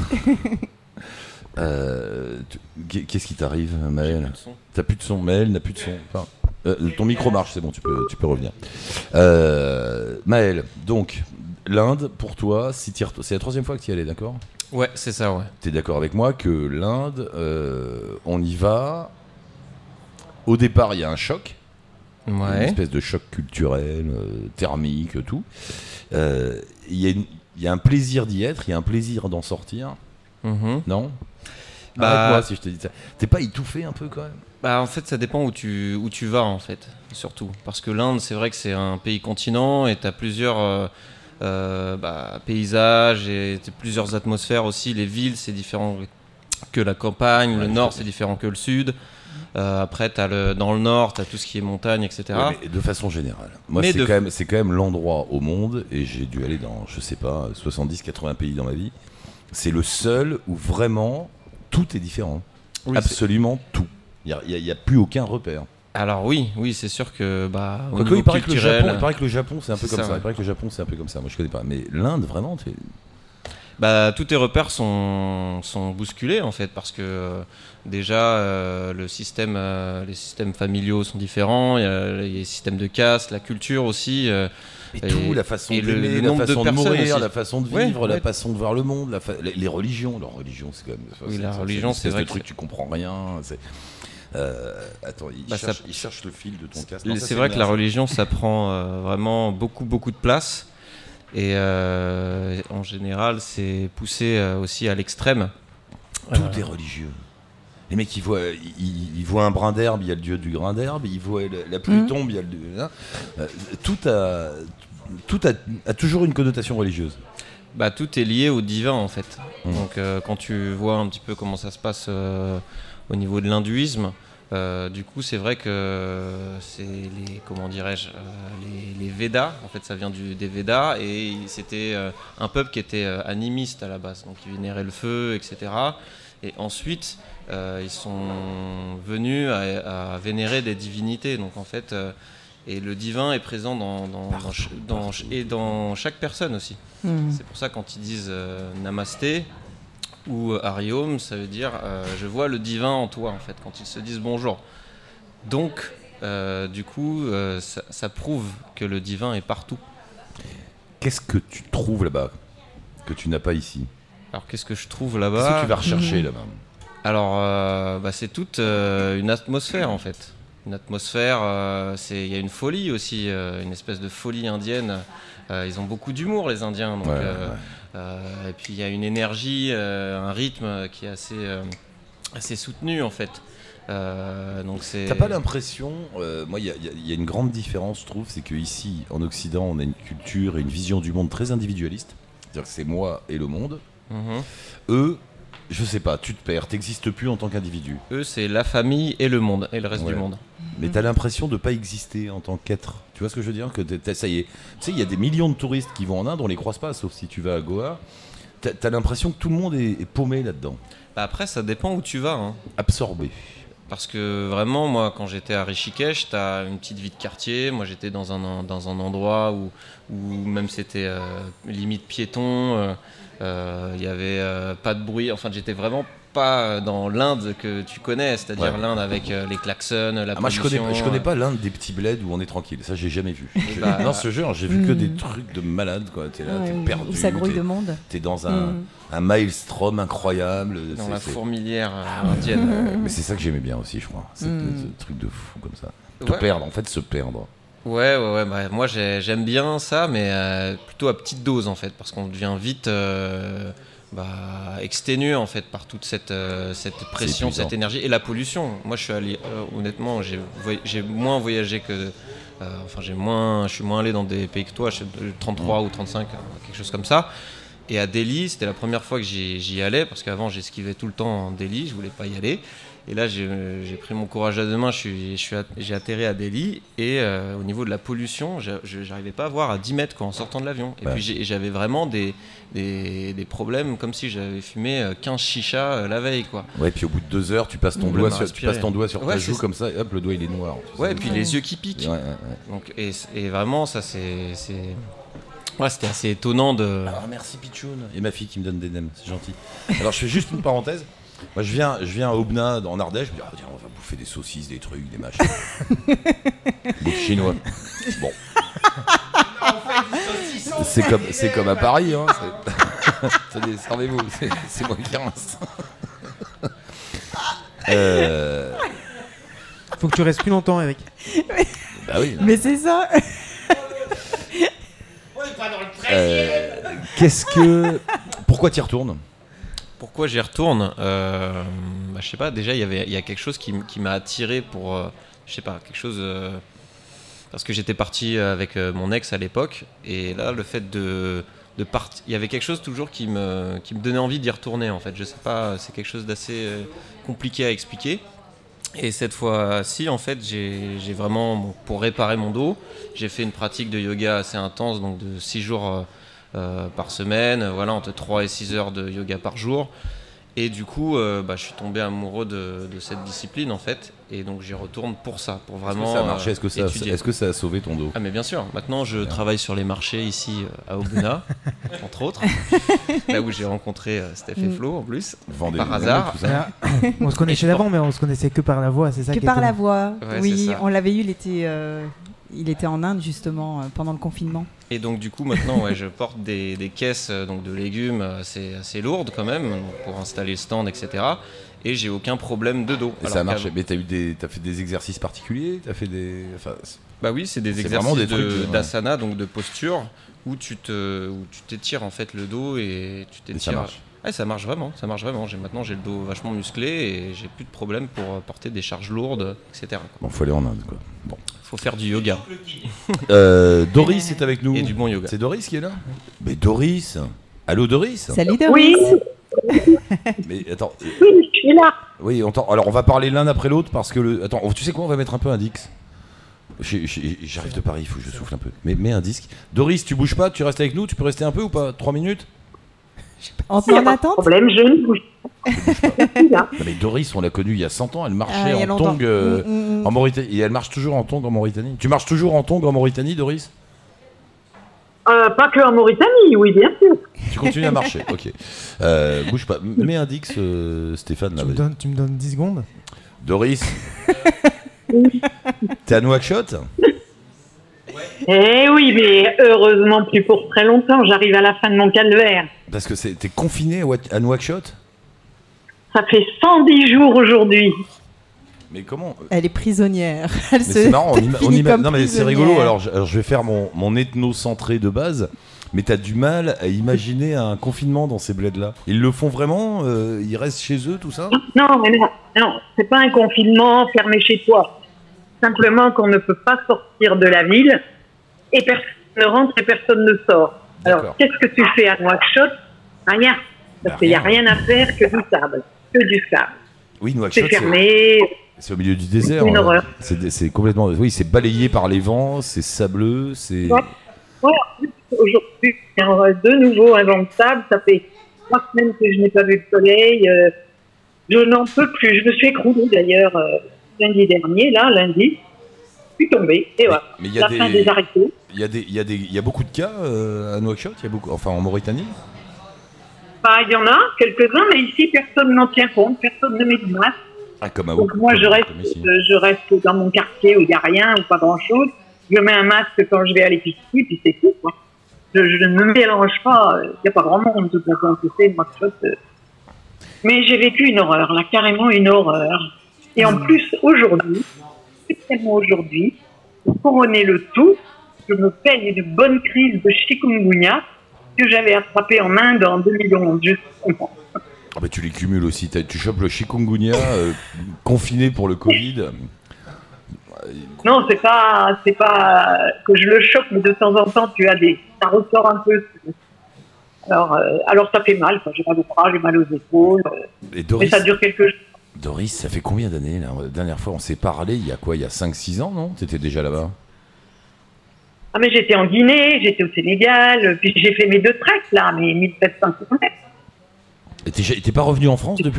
Euh, tu- Qu'est-ce qui t'arrive, Maël? Plus de son. T'as plus de son, Maël n'a plus de son. Enfin, euh, ton micro marche, c'est bon, tu peux, tu peux revenir. Euh, Maël, donc, l'Inde, pour toi, si t'y ret- c'est la troisième fois que tu y allais, d'accord? Ouais, c'est ça, ouais. T'es d'accord avec moi que l'Inde, euh, on y va. Au départ, il y a un choc. Une Ouais. espèce de choc culturel, euh, thermique, tout. Euh, Il y, a une- il y a un plaisir d'y être, il y a un plaisir d'en sortir, Mhm. non? Bah- Arrête-moi si je te dis ça. T'es pas étouffé un peu quand même? Bah en fait ça dépend où tu, où tu vas en fait, surtout. Parce que l'Inde c'est vrai que c'est un pays continent et t'as plusieurs, euh, euh, bah, paysages et plusieurs atmosphères aussi. Les villes, c'est différent que la campagne. Ouais, le nord, c'est différent que le sud. Euh, après, t'as le, dans le nord, tu as tout ce qui est montagne, et cetera. Ouais, mais de façon générale. Moi, c'est, de... quand même, c'est quand même l'endroit au monde, et j'ai dû aller dans, je sais pas, soixante-dix quatre-vingts pays dans ma vie. C'est le seul où vraiment tout est différent. Oui, Absolument c'est... tout. Il n'y a, a, a plus aucun repère. Alors oui, oui, c'est sûr que bah, au Quoi niveau il paraît culturel, que le Japon, il paraît que le Japon c'est un peu c'est comme ça. ça ouais. Il paraît que le Japon c'est un peu comme ça. Moi je connais pas, mais l'Inde vraiment. T'es... Bah, tous tes repères sont, sont bousculés en fait parce que euh, déjà euh, le système, euh, les systèmes familiaux sont différents, il y a les systèmes de caste, la culture aussi. Euh, et, et tout, la façon de d'aimer, le, la façon de, de mourir, aussi. la façon de vivre, ouais, la ouais. façon de voir le monde, la fa... les, les religions. La religion c'est quand même. Oui, c'est, la c'est, religion c'est, c'est vrai. C'est truc tu comprends rien. C'est... Euh, attends, il, bah, cherche, ça... il cherche le fil de ton casque. Non, c'est, c'est vrai que la religion ça prend euh, vraiment beaucoup beaucoup de place. Et euh, en général, c'est poussé euh, aussi à l'extrême. Tout euh... est religieux. Les mecs, ils voient, ils, ils voient un brin d'herbe, il y a le dieu du grain d'herbe. Ils voient la, la pluie mmh. tombe, il y a le. Hein, euh, tout a, tout a, a toujours une connotation religieuse. Bah, tout est lié au divin en fait. Mmh. Donc, euh, quand tu vois un petit peu comment ça se passe euh, au niveau de l'hindouisme. Euh, du coup, c'est vrai que c'est les, comment dirais-je, euh, les, les Védas. En fait, ça vient du, des Védas et c'était euh, un peuple qui était euh, animiste à la base, donc ils vénéraient le feu, et cetera. Et ensuite, euh, ils sont venus à, à vénérer des divinités. Donc en fait, euh, et le divin est présent dans, dans, partout, dans, dans et dans chaque personne aussi. Mmh. C'est pour ça quand ils disent euh, Namasté. Ou Hari Om, ça veut dire euh, je vois le divin en toi en fait quand ils se disent bonjour. Donc euh, du coup euh, ça, ça prouve que le divin est partout. Qu'est-ce que tu trouves là-bas que tu n'as pas ici? Alors qu'est-ce que je trouve là-bas? Qu'est-ce que tu vas rechercher mmh. là-bas? Alors euh, bah, c'est toute euh, une atmosphère en fait. Une atmosphère, euh, c'est il y a une folie aussi, euh, une espèce de folie indienne. Euh, ils ont beaucoup d'humour les Indiens donc. Ouais, euh, ouais. Euh, et puis il y a une énergie, euh, un rythme qui est assez, euh, assez soutenu en fait. Euh, donc c'est... T'as pas l'impression, euh, moi il y, y, y a une grande différence je trouve, c'est qu'ici en Occident on a une culture et une vision du monde très individualiste. C'est-à-dire que c'est moi et le monde. Mm-hmm. Eux, je sais pas, tu te perds, t'existes plus en tant qu'individu. Eux c'est la famille et le monde, et le reste ouais. du monde. Mais t'as l'impression de pas exister en tant qu'être. Tu vois ce que je veux dire? Que ça y est. Tu sais, il y a des millions de touristes qui vont en Inde, on les croise pas, sauf si tu vas à Goa. T'as, t'as l'impression que tout le monde est, est paumé là-dedans. Bah après, ça dépend où tu vas. Hein. Absorbé. Parce que vraiment, moi, quand j'étais à Rishikesh, t'as une petite vie de quartier. Moi, j'étais dans un, dans un endroit où, où même c'était euh, limite piéton. Il euh, euh, y avait euh, pas de bruit. Enfin, j'étais vraiment pas dans l'Inde que tu connais, c'est-à-dire ouais. l'Inde avec euh, les klaxons, la ah, moi, je connais, pollution. Je connais pas l'Inde des petits bleds où on est tranquille. Ça, j'ai jamais vu. Bah, non, ce genre, j'ai vu mmh. que des trucs de malade. Quoi. T'es là, ouais, t'es perdu. Où ça grouille de monde. T'es dans un, mmh. un maelstrom incroyable. Dans c'est, la c'est... fourmilière euh, indienne. Mmh. Mais c'est ça que j'aimais bien aussi, je crois. C'est mmh. ce truc de fou comme ça. Te ouais. perdre, en fait, se perdre. Ouais, ouais, ouais. Bah, moi, j'ai, j'aime bien ça, mais euh, plutôt à petite dose, en fait, parce qu'on devient vite euh, bah, exténué, en fait, par toute cette, euh, cette pression, cette énergie et la pollution. Moi, je suis allé, euh, honnêtement, j'ai, j'ai moins voyagé que... Euh, enfin, j'ai moins, je suis moins allé dans des pays que toi, je suis de trente-trois mmh. ou trente-cinq, quelque chose comme ça. Et à Delhi, c'était la première fois que j'y, j'y allais, parce qu'avant, j'esquivais tout le temps en Delhi, je voulais pas y aller. Et là, j'ai, j'ai pris mon courage à deux mains, je suis, je suis at- j'ai atterri à Delhi, et euh, au niveau de la pollution, je, je, j'arrivais pas à voir à dix mètres quoi, en sortant de l'avion. Et ouais. puis j'ai, j'avais vraiment des, des, des problèmes, comme si j'avais fumé quinze chichas euh, la veille. Quoi. Ouais, et puis au bout de deux heures, tu passes ton, doigt sur, tu passes ton doigt sur ouais, ta joue comme ça, et hop, le doigt il est noir. Ouais, et puis les yeux qui piquent. Ouais, ouais, ouais. Donc, et, et vraiment, ça c'est... c'est... Ouais, c'était assez étonnant de... Alors merci Pichoun. Et ma fille qui me donne des nems, c'est gentil. Alors je fais juste une parenthèse. Moi je viens, je viens à Obna en Ardèche, je me dis oh, tiens, on va bouffer des saucisses, des trucs, des machins. Les Chinois. Bon. C'est comme, c'est comme à Paris, hein. Tenez, servez-vous, c'est, c'est moi qui rince. euh... Faut que tu restes plus longtemps, Eric. Bah oui. Mais c'est ça. Euh, qu'est-ce que... Pourquoi tu y retournes? Pourquoi j'y retourne euh, bah, je sais pas, déjà il y avait il y a quelque chose qui, qui m'a attiré pour euh, je sais pas, quelque chose euh, parce que j'étais parti avec euh, mon ex à l'époque, et là, le fait de, de partir, il y avait quelque chose toujours qui me, qui me donnait envie d'y retourner, en fait. Je sais pas, c'est quelque chose d'assez euh, compliqué à expliquer. Et cette fois-ci, en fait, j'ai, j'ai vraiment, bon, pour réparer mon dos, j'ai fait une pratique de yoga assez intense, donc de six jours euh, euh, par semaine, voilà, entre trois et six heures de yoga par jour. Et du coup, euh, bah, je suis tombé amoureux de, de cette discipline, en fait. Et donc, j'y retourne pour ça, pour vraiment Est-ce que ça a marché ? Est-ce que ça, étudier. est-ce que ça a sauvé ton dos ? Ah, mais bien sûr. Maintenant, je travaille sur les marchés ici euh, à Aubenas, entre autres. Là où j'ai rencontré euh, Steph et Flo, en plus, Vendez par le hasard. tout ça. On se connaissait d'avant, mais on se connaissait que par la voix, c'est ça Que qui par était- la voix. Ouais, c'est oui, ça. on l'avait eu, il était, euh, il était en Inde justement euh, pendant le confinement. Et donc du coup maintenant ouais, je porte des, des caisses euh, donc, de légumes assez, assez lourdes quand même pour installer le stand, et cetera. Et j'ai aucun problème de dos. Et Alors ça a marché. qu'avant- Mais t'as eu des, t'as fait des exercices particuliers ? T'as fait des. Enfin, c'est- Bah oui, c'est des C'est exercices vraiment des de- trucs de- ouais. d'asana, donc de posture, où tu te, où tu t'étires en fait le dos et tu Et t'étires. ça marche. Ouais, ça marche vraiment, ça marche vraiment. J'ai, maintenant j'ai le dos vachement musclé et j'ai plus de problème pour euh, porter des charges lourdes, et cetera. Bon, faut aller en Inde, quoi. Bon. Faut faire du yoga Euh, Doris est avec nous. et du bon yoga. C'est Doris qui est là ? Mais Doris Allô, Doris ? Salut Doris. Oui, Mais attends. euh, oui, je suis là. Oui, on t'en- alors on va parler l'un après l'autre parce que le. Attends, tu sais quoi, on va mettre un peu un Dix. J'ai- j'ai- J'arrive de Paris, il faut que je souffle un peu. Mais mets un disque. Doris, tu bouges pas, tu restes avec nous, tu peux rester un peu ou pas ? Trois minutes ? On te Il met n'y a en pas de attente. problème, je ne bouge pas. Je suis là. Non, mais Doris, on l'a connue il y a cent ans, elle Ah, marchait il y a en longtemps. tongs euh, Mm, mm, mm. en Mauritanie. Et elle marche toujours en tongs en Mauritanie. Tu marches toujours en tongs en Mauritanie, Doris ? Euh, pas que en Mauritanie, oui, bien sûr. Tu continues à marcher, ok. Euh, bouge pas. M- Mets un Dix, euh, Stéphane. Là, Tu me, vas-y. donnes, tu me donnes dix secondes. Doris T'es à Nouakchott ? Eh oui, mais heureusement plus pour très longtemps. J'arrive à la fin de mon calvaire. Parce que c'est- t'es confiné à Wa- à Nouakchott ? Ça fait cent dix jours aujourd'hui. Mais comment Elle est prisonnière. Elle Mais se c'est marrant, on, ima- on définit ima- comme non mais c'est prisonnière. rigolo. Alors je, alors, je vais faire mon, mon ethnocentré de base, mais t'as du mal à imaginer un confinement dans ces bleds-là. Ils le font vraiment euh, Ils restent chez eux, tout ça ? Non, mais non, non, c'est pas un confinement fermé chez toi. Simplement qu'on ne peut pas sortir de la ville et personne ne rentre et personne ne sort. Alors, D'accord. qu'est-ce que tu fais à Nouakchott ? Rien. Parce Bah, qu'il n'y a rien. rien à faire que du sable. Que du sable. Oui, C'est Nouakchott, c'est fermé. c'est au milieu du désert. Une hein. horreur. C'est des- c'est complètement. Oui, c'est balayé par les vents, c'est sableux, c'est. Ouais. Ouais, en plus, aujourd'hui, c'est un- de nouveau un vent de sable. Ça fait trois semaines que je n'ai pas vu le soleil. euh, je n'en peux plus. Je me suis écroulée d'ailleurs euh, lundi dernier, là, lundi. Je suis tombée. Et voilà. Mais il y a La des, fin des arrêtés. il y a des, il y a des, il y a beaucoup de cas euh, à Nouakchott. Il y a beaucoup, enfin en Mauritanie. Bah, il y en a quelques-uns, mais ici, personne n'en tient compte. Personne ne met de masque. Ah, comme à Donc beaucoup, moi, comme- je reste, comme ici. euh, je reste dans mon quartier où il n'y a rien ou pas grand-chose. Je mets un masque quand je vais à l'épicerie, puis c'est tout, quoi. Je, je ne me mélange pas. Il n'y a pas grand monde, de toute façon, tu sais, moi, chose, euh. Mais j'ai vécu une horreur, là, carrément une horreur. Et en plus, aujourd'hui, spécialement aujourd'hui, pour couronner le tout, je me peigne d'une bonne crise de chikungunya que j'avais attrapée en Inde en deux mille onze, justement. Ah bah, tu les cumules aussi. T'as- Tu chopes le chikungunya euh, confiné pour le Covid. Non, c'est pas, c'est pas que je le choque, mais de temps en temps, tu as des, ça ressort un peu. Alors, euh, alors ça fait mal. Quoi. J'ai mal au bras, j'ai mal aux épaules. euh, Et mais Doris, ça dure quelques jours. Doris, ça fait combien d'années là ? La dernière fois, on s'est parlé. Il y a quoi ? Il y a cinq six ans, non ? T'étais déjà là-bas ? Ah, mais j'étais en Guinée, j'étais au Sénégal, puis j'ai fait mes deux treks là, mes mille sept cents kilomètres. Et t'es t'es pas revenu en France depuis ?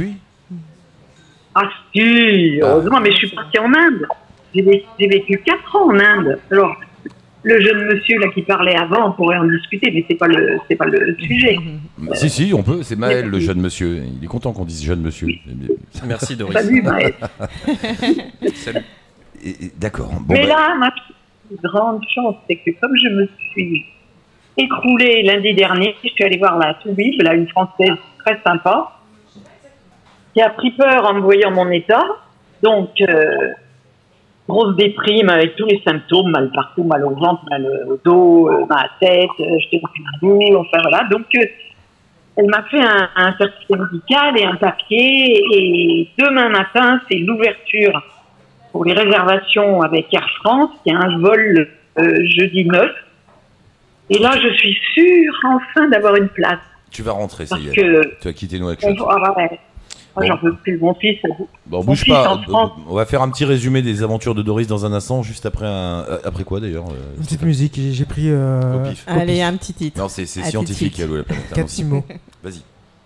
Ah si, heureusement, mais je suis partie en Inde. J'ai vé- j'ai vécu quatre ans en Inde. Alors, le jeune monsieur là qui parlait avant, on pourrait en discuter, mais c'est pas le, c'est pas le sujet. Si, si, on peut. C'est Maël, le jeune monsieur. Il est content qu'on dise jeune monsieur. Merci Doris. Salut, Maël. Salut. Et- et- D'accord. Bon, Mais bah, là, ma plus grande chance, c'est que comme je me suis écroulée lundi dernier, je suis allée voir la Toubib, là, une Française très sympa, qui a pris peur en me voyant mon état. Donc, euh, grosse déprime avec tous les symptômes, mal partout, mal au ventre, mal au dos, euh, mal à la tête, euh, je t'ai plus debout, enfin voilà. Donc, euh, elle m'a fait un, un certificat médical et un papier, et demain matin, c'est l'ouverture pour les réservations avec Air France. Il y a un vol euh, jeudi neuf. Et là, je suis sûre enfin d'avoir une place. Tu vas rentrer, ça y est. Que tu vas quitter Nouakchott. on, ah ouais. Moi, bon. J'en peux plus. Mon fils. Bon, mon bouge fils pas. en France. On va faire un petit résumé des aventures de Doris dans un instant, juste après un... après quoi d'ailleurs. Une petite musique. J'ai, j'ai pris. Euh... Au pif. Allez, Au pif. un petit titre. Non, c'est, c'est À scientifique, Allô la planète. Quatre six mots. Vas-y.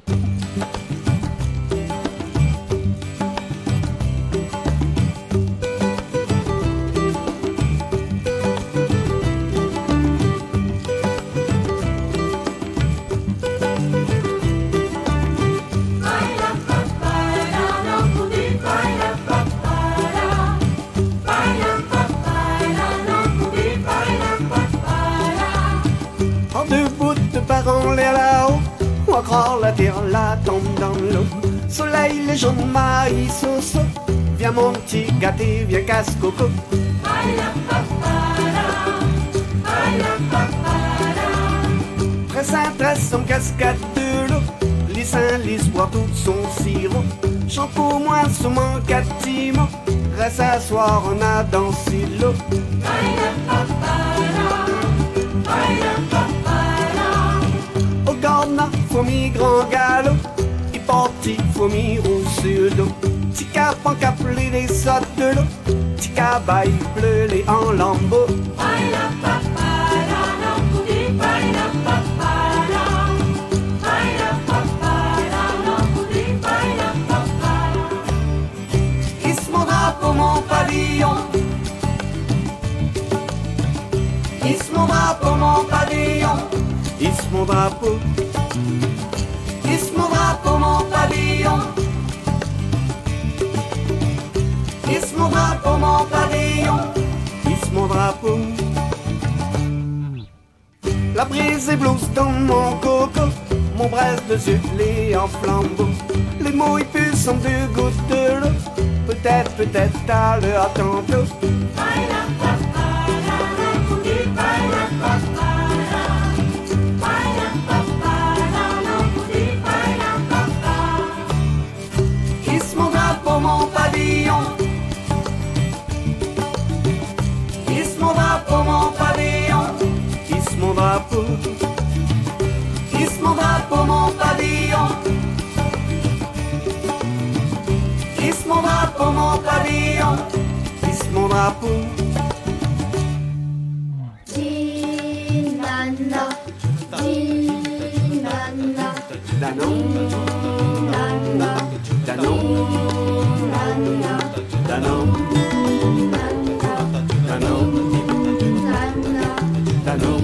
En l'air là-haut, ou encore la terre la tombe dans l'eau. Soleil, les jaunes maïs au saut. Viens mon petit gâté, viens casse-coco. Tresse un tresse en cascade de l'eau. Lissin lisse boire tout son sirop. Shampoo moins sous mon catimo. Reste à soir on a dans silo. Gorna, fourmi grand galop, il parti, fourmi roule sur le dos. Petit cap en caplé des sautes de l'eau, petit cabaye bleu les en lambeaux. Hisse mon drapeau, mon pavillon. Hisse mon drapeau, mon pavillon. Hisse mon drapeau, hisse mon drapeau, mon pavillon. Hisse mon drapeau, mon pavillon. Hisse mon drapeau. La brise est blouse dans mon coco, mon braise de yeux en flambeau. Les mots y puissent en deux gouttes de l'eau. Peut-être, peut-être à l'heure tantôt. Mon pavillon, hisse mon drapeau, mon pavillon, hisse mon drapeau, hisse mon drapeau, mon pavillon, hisse mon drapeau, mon pavillon, hisse mon drapeau. Dinana, dinana, danon, dana, danon. Danon, Danon, Danon,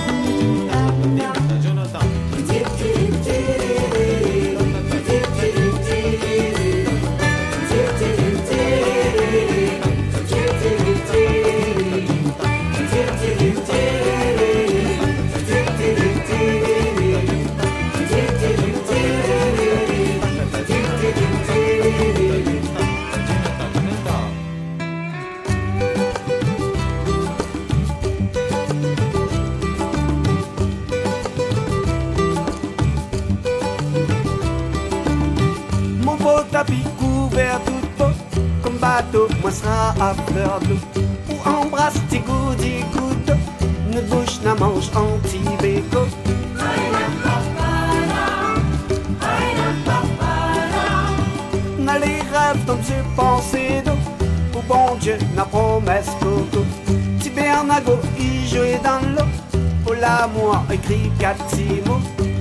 tapis couvert tout beau, comme bateau, moi sera à fleur d'eau. Ou embrasse tes goudis couteaux, une bouche n'a mange anti-béco. N'a les rêves dont j'ai pensé d'eau, au bon Dieu n'a promesse coco. Petit Bernago y jouait dans l'eau, au l'amour écrit quatre mots.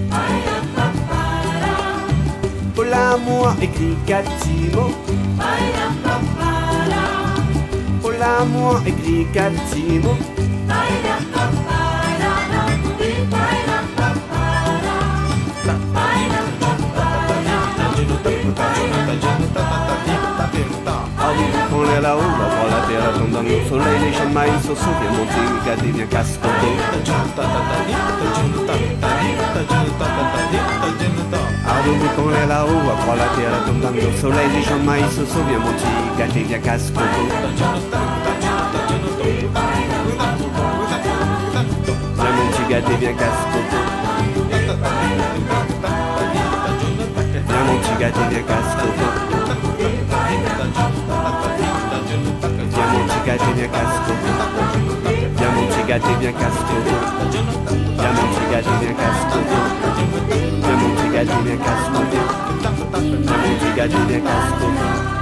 Pour l'amour écrit Catimo. Pour l'amour écrit Catimo. On est là-haut, là-bas la terre tombe dans le soleil, les champs de maïs au saut, viens monter, gâter, viens casse-coco. Arrête qu'on est là-haut, après la terre tombe dans le soleil, les champs de maïs au saut, viens monter, gâter, viens casse-coco. Viens monter, gâter, viens casse-coco. Viens monter, gâter, viens casse-coco. gâté, bien casse-croûte. Viens mon petit gâté, bien casse-croûte. Viens mon petit gâté, bien casse-croûte. Viens mon petit gâté, bien casse-croûte. Viens mon petit gâté, bien casse-croûte.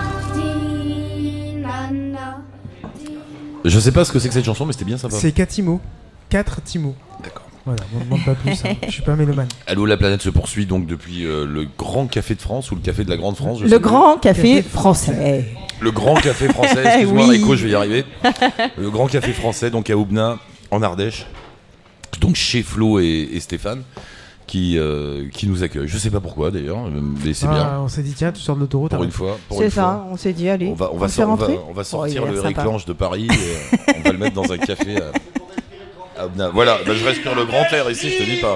Je sais pas ce que c'est que cette chanson, mais c'était bien sympa. C'est quatre mots. Quatre Timo. D'accord. Voilà, on ne demande pas plus. Hein. Je suis pas mélomane. Allô, la planète se poursuit donc depuis euh, le Grand Café de France ou le Café de la Grande France. Je Le sais Grand Café Français. Le Grand Café Français, excuse-moi Oui. Rico, je vais y arriver. Le Grand Café Français, donc à Oubna, en Ardèche. Donc chez Flo et, et Stéphane, qui, euh, qui nous accueillent. Je sais pas pourquoi d'ailleurs, mais c'est Ah, bien. on s'est dit, tiens, tu sors de l'autoroute. Pour hein. une fois. pour C'est une ça, fois. on s'est dit, allez, On va, on va, on sor- fait on va, rentrer. on va Oh, sortir il a le l'air Eric sympa. Lange de Paris et euh, on va le mettre dans un café à, à Oubna. Voilà, bah, je respire le grand air ici, je te dis pas.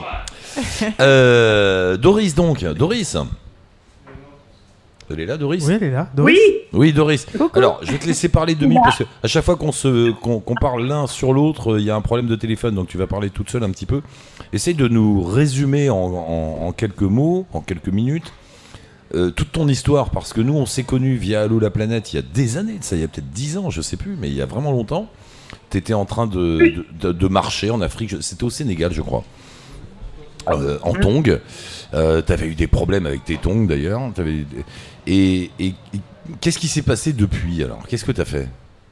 Euh, Doris donc, Doris. Elle est là, Doris? Oui, elle est là. Doris. Oui, Oui, Doris. Coucou. Alors, je vais te laisser parler deux minutes parce que à chaque fois qu'on se qu'on, qu'on parle l'un sur l'autre, il y a un problème de téléphone, donc tu vas parler toute seule un petit peu. Essaye de nous résumer en, en- en quelques mots, en quelques minutes, euh, toute ton histoire, parce que nous, on s'est connus via Allô la planète il y a des années, de ça, il y a peut-être dix ans, je sais plus, mais il y a vraiment longtemps. T'étais en train de, de, de- de marcher en Afrique, je- c'était au Sénégal, je crois. Euh, en tongs. Euh, t'avais eu des problèmes avec tes tongs d'ailleurs. T'avais- Et, et- et qu'est-ce qui s'est passé depuis alors? Qu'est-ce que t'as fait?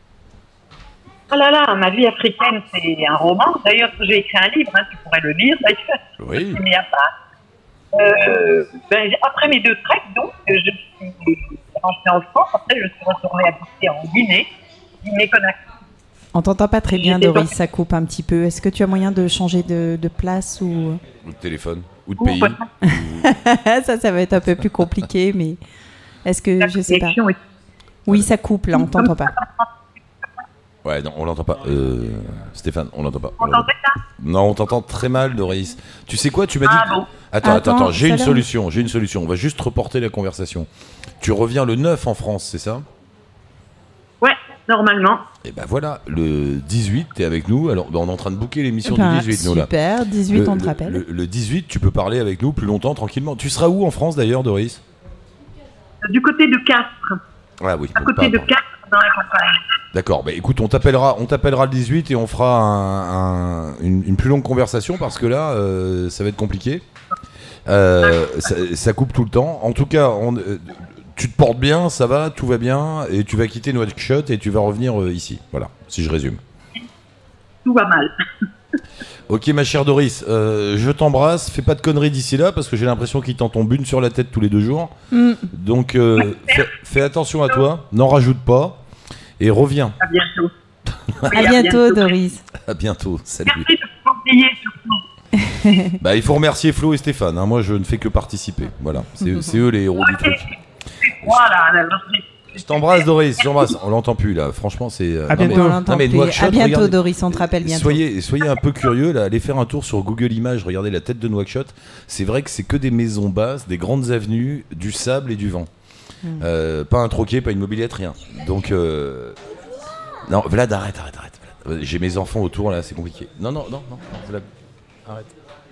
oh là là, ma vie africaine, c'est un roman. D'ailleurs, j'ai écrit un livre, hein, tu pourrais le lire, d'ailleurs. Oui. Il n'y a pas. Euh, ben, après mes deux treks, donc, je suis rentrée en France. Après, je suis retournée habiter en Guinée, Guinée-Conakry. On t'entend pas très bien, J'étais Doris, dans- ça coupe un petit peu. Est-ce que tu as moyen de changer de, de place ou Ou de téléphone? Ou de Ou pays? voilà. ça, ça va être un peu plus compliqué, mais est-ce que La je sais pas. connexion est- Oui, ça coupe là, on t'entend pas. Ouais, non, on l'entend pas. Euh, Stéphane, on l'entend pas. Vous entendez ça? Non, on t'entend très mal, Doris. Tu sais quoi? Tu m'as dit. Ah que- bon. Attends, attends, Attends, attends. J'ai ça une là- solution. J'ai une solution. On va juste reporter la conversation. Tu reviens le neuf en France, c'est ça? Ouais, normalement. Et ben voilà, le dix-huit, t'es avec nous. Alors, ben, on est en train de booker l'émission Ben, du dix-huit, nous là. super, dix-huit, Le- on te le- rappelle. Le, le dix-huit, tu peux parler avec nous plus longtemps, tranquillement. Tu seras où en France d'ailleurs, Doris? Du côté de Castres. Ah oui. À donc côté pas- de Castres, dans la campagne. D'accord, bah écoute, on t'appellera, on t'appellera le dix-huit et on fera un- un- une, une plus longue conversation parce que là, euh, ça va être compliqué. Euh, ça, ça coupe tout le temps. En tout cas, on, euh, tu te portes bien, ça va, tout va bien, et tu vas quitter Nouakchott et tu vas revenir euh, ici. Voilà, si je résume. Tout va mal. Ok, ma chère Doris, euh, je t'embrasse. Fais pas de conneries d'ici là parce que j'ai l'impression qu'il t'en tombe une sur la tête tous les deux jours. Mm. Donc, euh, fais, fais attention à toi, n'en rajoute pas et reviens. À bientôt. À bientôt, Doris. À bientôt, salut. Merci de vous conseiller surtout. Bah, il faut remercier Flo et Stéphane. hein. Moi, je ne fais que participer. Voilà, c'est c'est eux les héros du truc. Voilà. alors, Je t'embrasse, Doris. Je t'embrasse. On l'entend plus là. Franchement, c'est. euh, À non, mais- bientôt. On l'entend non, mais plus. Nouakchott, À bientôt, regardez- Doris, on te rappelle bientôt. Soyez, soyez un peu curieux là. Allez faire un tour sur Google Images. Regardez la tête de Nouakchott. C'est vrai que c'est que des maisons basses, des grandes avenues, du sable et du vent. Mm. Euh, pas un troquet, pas une mobilette, rien. Donc, euh... non, Vlad, arrête, arrête, arrête. Vlad. J'ai mes enfants autour là, c'est compliqué. Non, non, non, non, Vlad, arrête.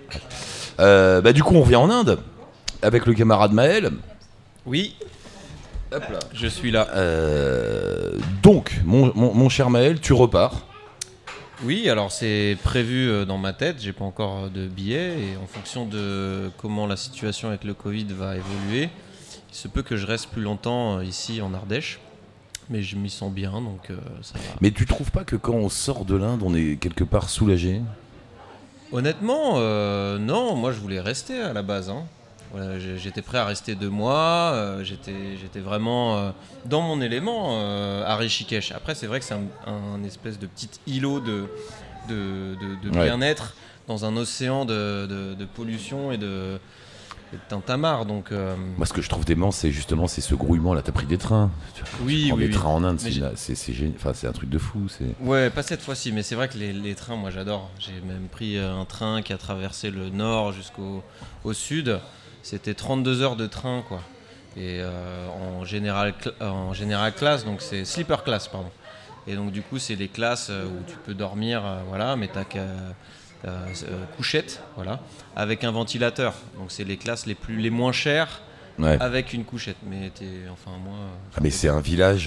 Euh, bah, du coup, on revient en Inde avec le camarade Maël. Oui, Hop là. je suis là. Euh, donc, mon, mon, mon cher Maël, tu repars. Oui, alors c'est prévu euh, dans ma tête, j'ai pas encore de billets et en fonction de comment la situation avec le Covid va évoluer, il se peut que je reste plus longtemps euh, ici en Ardèche, mais je m'y sens bien donc euh, ça va. Mais tu trouves pas que quand on sort de l'Inde, on est quelque part soulagé? Honnêtement, euh, non, moi je voulais rester à la base. Hein. Voilà, j'ai- j'étais prêt à rester deux mois, euh, j'étais, j'étais vraiment euh, dans mon élément euh, à Rishikesh. Après, c'est vrai que c'est un, un espèce de petit îlot de, de, de, de Ouais. bien-être dans un océan de, de, de pollution et de, et de tintamarre. Donc, euh, Moi, ce que je trouve dément, c'est justement c'est ce grouillement là. T'as pris des trains. Tu, tu Oui, prends oui, des oui. trains en Inde, Mais c'est, j'ai- là- c'est, c'est, génial. Enfin, c'est un truc de fou. C'est... Ouais, pas cette fois-ci, mais c'est vrai que les, les trains, moi j'adore. J'ai même pris euh, un train qui a traversé le nord jusqu'au au sud. C'était trente-deux heures de train, quoi. Et euh, en, général, cl- en général classe, donc c'est sleeper class, pardon. Et donc du coup, c'est les classes euh, où tu peux dormir, euh, voilà, mais t'as qu'à euh, euh, couchette, voilà, avec un ventilateur. Donc c'est les classes les plus les moins chères Ouais. avec une couchette. Mais t'es, enfin moi. Ah, mais c'est un village.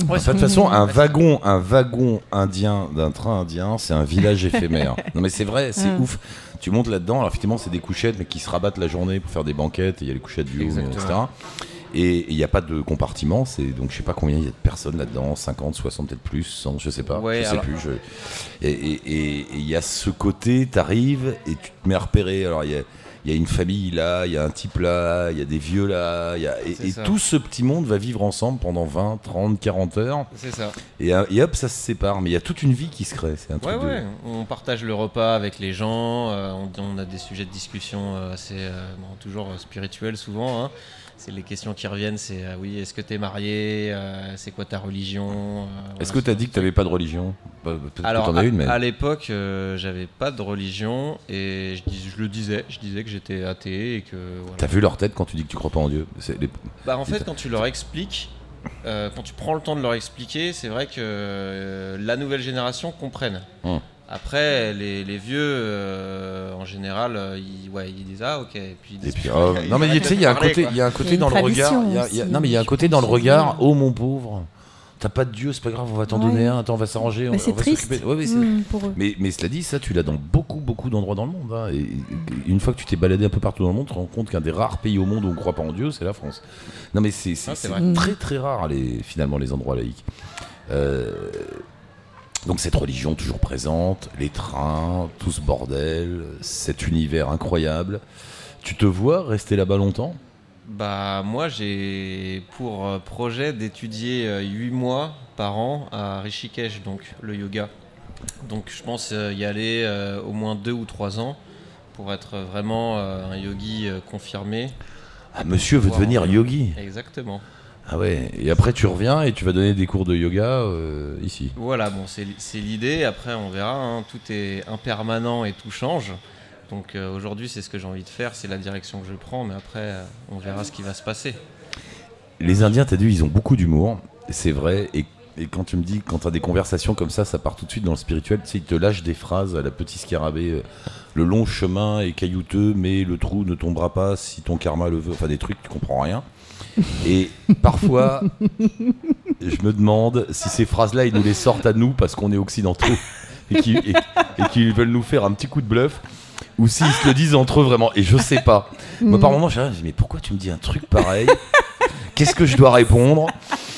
De toute façon, un wagon, un wagon indien d'un train indien, c'est un village éphémère. Non mais c'est vrai, c'est Ah. ouf. Tu montes là-dedans, alors effectivement c'est des couchettes, mais qui se rabattent la journée pour faire des banquettes. Il y a les couchettes du haut, Exactement. et cetera. Et il n'y a pas de compartiment. C'est donc je sais pas combien il y a de personnes là-dedans, cinquante, soixante peut-être plus, cent, je sais pas. Ouais, je sais alors- plus. Je... Et et- et- et il y a ce côté, t'arrives et tu te mets à repérer. Alors il y a Il y a une famille là, il y a un type là, il y a des vieux là, il y a... et, C'est et ça. tout ce petit monde va vivre ensemble pendant vingt, trente, quarante heures. C'est ça. Et, et hop, ça se sépare. Mais il y a toute une vie qui se crée. C'est un Ouais, truc de... ouais. On partage le repas avec les gens, euh, on, on a des sujets de discussion euh, assez, euh, bon, toujours euh, spirituels souvent. Hein. C'est les questions qui reviennent, c'est euh, oui, est-ce que t'es marié, euh, c'est quoi ta religion euh, Est-ce voilà, que t'as dit que t'avais pas de religion? Bah, Peut-être Alors, que t'en as à, une, mais... à l'époque, euh, j'avais pas de religion et je, dis- je le disais, je disais que j'étais athée et que. Voilà. T'as vu leur tête quand tu dis que tu crois pas en Dieu? C'est les- Bah en fait, les- quand tu leur expliques, euh, quand tu prends le temps de leur expliquer, c'est vrai que euh, la nouvelle génération comprenne. Hum. Après, les, les vieux, euh, en général, euh, ils, ouais, ils disent ah ok. Et puis, ils Et disent- puis, oh, ils non mais arrêtent tu sais, de il y a un parler, côté, quoi. il y a un Il y côté a une dans le regard. tradition il y a- il y a- aussi, non mais il y a un je côté dans le pense, regard. oui. Oh mon pauvre, t'as pas de Dieu, c'est pas grave, on va t'en Ouais. donner un. Attends, on va s'arranger. Mais on, c'est on va triste s'occuper. Ouais, mais, c'est- mm, pour eux. mais mais cela dit, ça tu l'as dans beaucoup beaucoup d'endroits dans le monde. Hein. Et, et une fois que tu t'es baladé un peu partout dans le monde, tu te rends compte qu'un des rares pays au monde où on croit pas en Dieu, c'est la France. Non mais c'est c'est- Ah, c'est c'est vrai. très très rare les finalement les endroits laïques. Euh, Donc cette religion toujours présente, les trains, tout ce bordel, cet univers incroyable. Tu te vois rester là-bas longtemps? Bah moi j'ai pour euh, projet d'étudier euh, huit mois par an à Rishikesh, donc le yoga. Donc je pense euh, y aller euh, au moins deux ou trois ans pour être vraiment euh, un yogi euh, confirmé. Ah, monsieur veut Pouvoir devenir en- yogi. Exactement. Ah ouais, et après tu reviens et tu vas donner des cours de yoga euh, ici. Voilà, bon c'est c'est l'idée, après on verra, hein. Tout est impermanent et tout change. Donc euh, aujourd'hui c'est ce que j'ai envie de faire, c'est la direction que je prends, mais après euh, on verra ce qui va se passer. Les Indiens, t'as vu, ils ont beaucoup d'humour, c'est vrai, et, et quand tu me dis, quand t'as des conversations comme ça, ça part tout de suite dans le spirituel, tu sais, ils te lâchent des phrases à la petite scarabée, euh, le long chemin est caillouteux, mais le trou ne tombera pas si ton karma le veut, enfin des trucs, tu comprends rien. Et parfois, je me demande si ces phrases-là, ils nous les sortent à nous parce qu'on est occidentaux et qu'ils et, et qu'ils veulent nous faire un petit coup de bluff, ou s'ils se le disent entre eux vraiment, et je sais pas. Moi, par moments, je me dis, mais pourquoi tu me dis un truc pareil? Qu'est-ce que je dois répondre?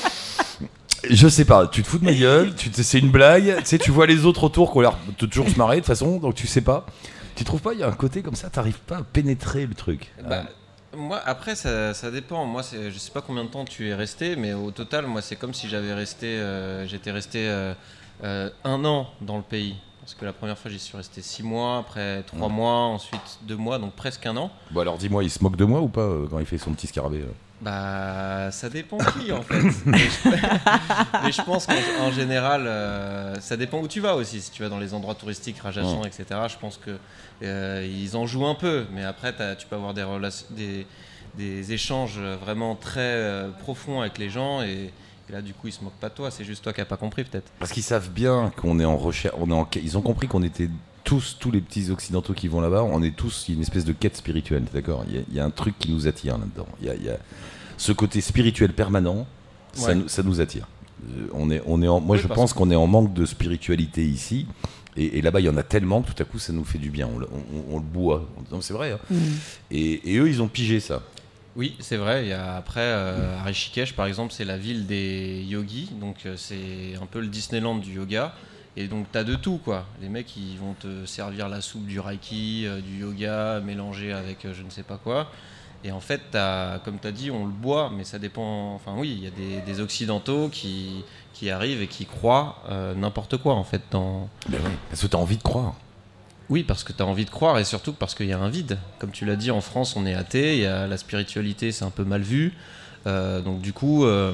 Je sais pas, tu te fous de ma gueule, tu te- c'est une blague, tu sais, tu vois les autres autour qui ont l'air de toujours se marrer de toute façon, donc tu sais pas. Tu trouves pas, il y a un côté comme ça, t'arrives pas à pénétrer le truc. Bah, moi, après, ça, ça dépend. Moi, c'est- je sais pas combien de temps tu es resté, mais au total, moi, c'est comme si j'avais resté, euh, j'étais resté euh, euh, un an dans le pays. Parce que la première fois, j'y suis resté six mois, après trois Ouais. mois, ensuite deux mois, donc presque un an. Bon alors dis-moi, il se moque de moi ou pas euh, quand il fait son petit scarabée là? Bah, ça dépend qui en fait. Mais je, mais je pense qu'en en général, euh, ça dépend où tu vas aussi. Si tu vas dans les endroits touristiques, Rajasthan, Ouais. et cetera, je pense que euh, ils en jouent un peu. Mais après, t'as- tu peux avoir des, relations, des, des échanges vraiment très euh, profonds avec les gens. Et, et là, du coup, ils se moquent pas de toi. C'est juste toi qui n'as pas compris peut-être. Parce qu'ils savent bien qu'on est en recherche, on est en... ils ont compris qu'on était tous, tous les petits occidentaux qui vont là-bas, on est tous, il y a une espèce de quête spirituelle, t'es d'accord? Il y, a, il y a un truc qui nous attire là-dedans. Il y a, il y a ce côté spirituel permanent, ça, Ouais. nous, ça nous attire. Euh, on est, on est en... Moi Oui, je parce pense que- qu'on est en manque de spiritualité ici. Et, et là-bas, il y en a tellement que tout à coup, ça nous fait du bien. On, le- on- on le boit. Non, c'est vrai. Hein. Mm. Et, et eux, ils ont pigé ça. Oui, c'est vrai. Il y a après, euh, à Rishikesh, par exemple, c'est la ville des yogis. Donc, euh, c'est un peu le Disneyland du yoga. Et donc, tu as de tout, quoi. Les mecs, ils vont te servir la soupe du reiki, euh, du yoga, mélangé avec euh, je ne sais pas quoi. Et en fait, t'as, comme tu as dit, on le boit, mais ça dépend. Enfin, oui, il y a des, des Occidentaux qui, qui arrivent et qui croient euh, n'importe quoi, en fait. Dans... Ben oui, parce que tu as envie de croire. Oui, parce que tu as envie de croire et surtout parce qu'il y a un vide. Comme tu l'as dit, en France, on est athée, il y a la spiritualité, c'est un peu mal vu. Euh, donc du coup, euh,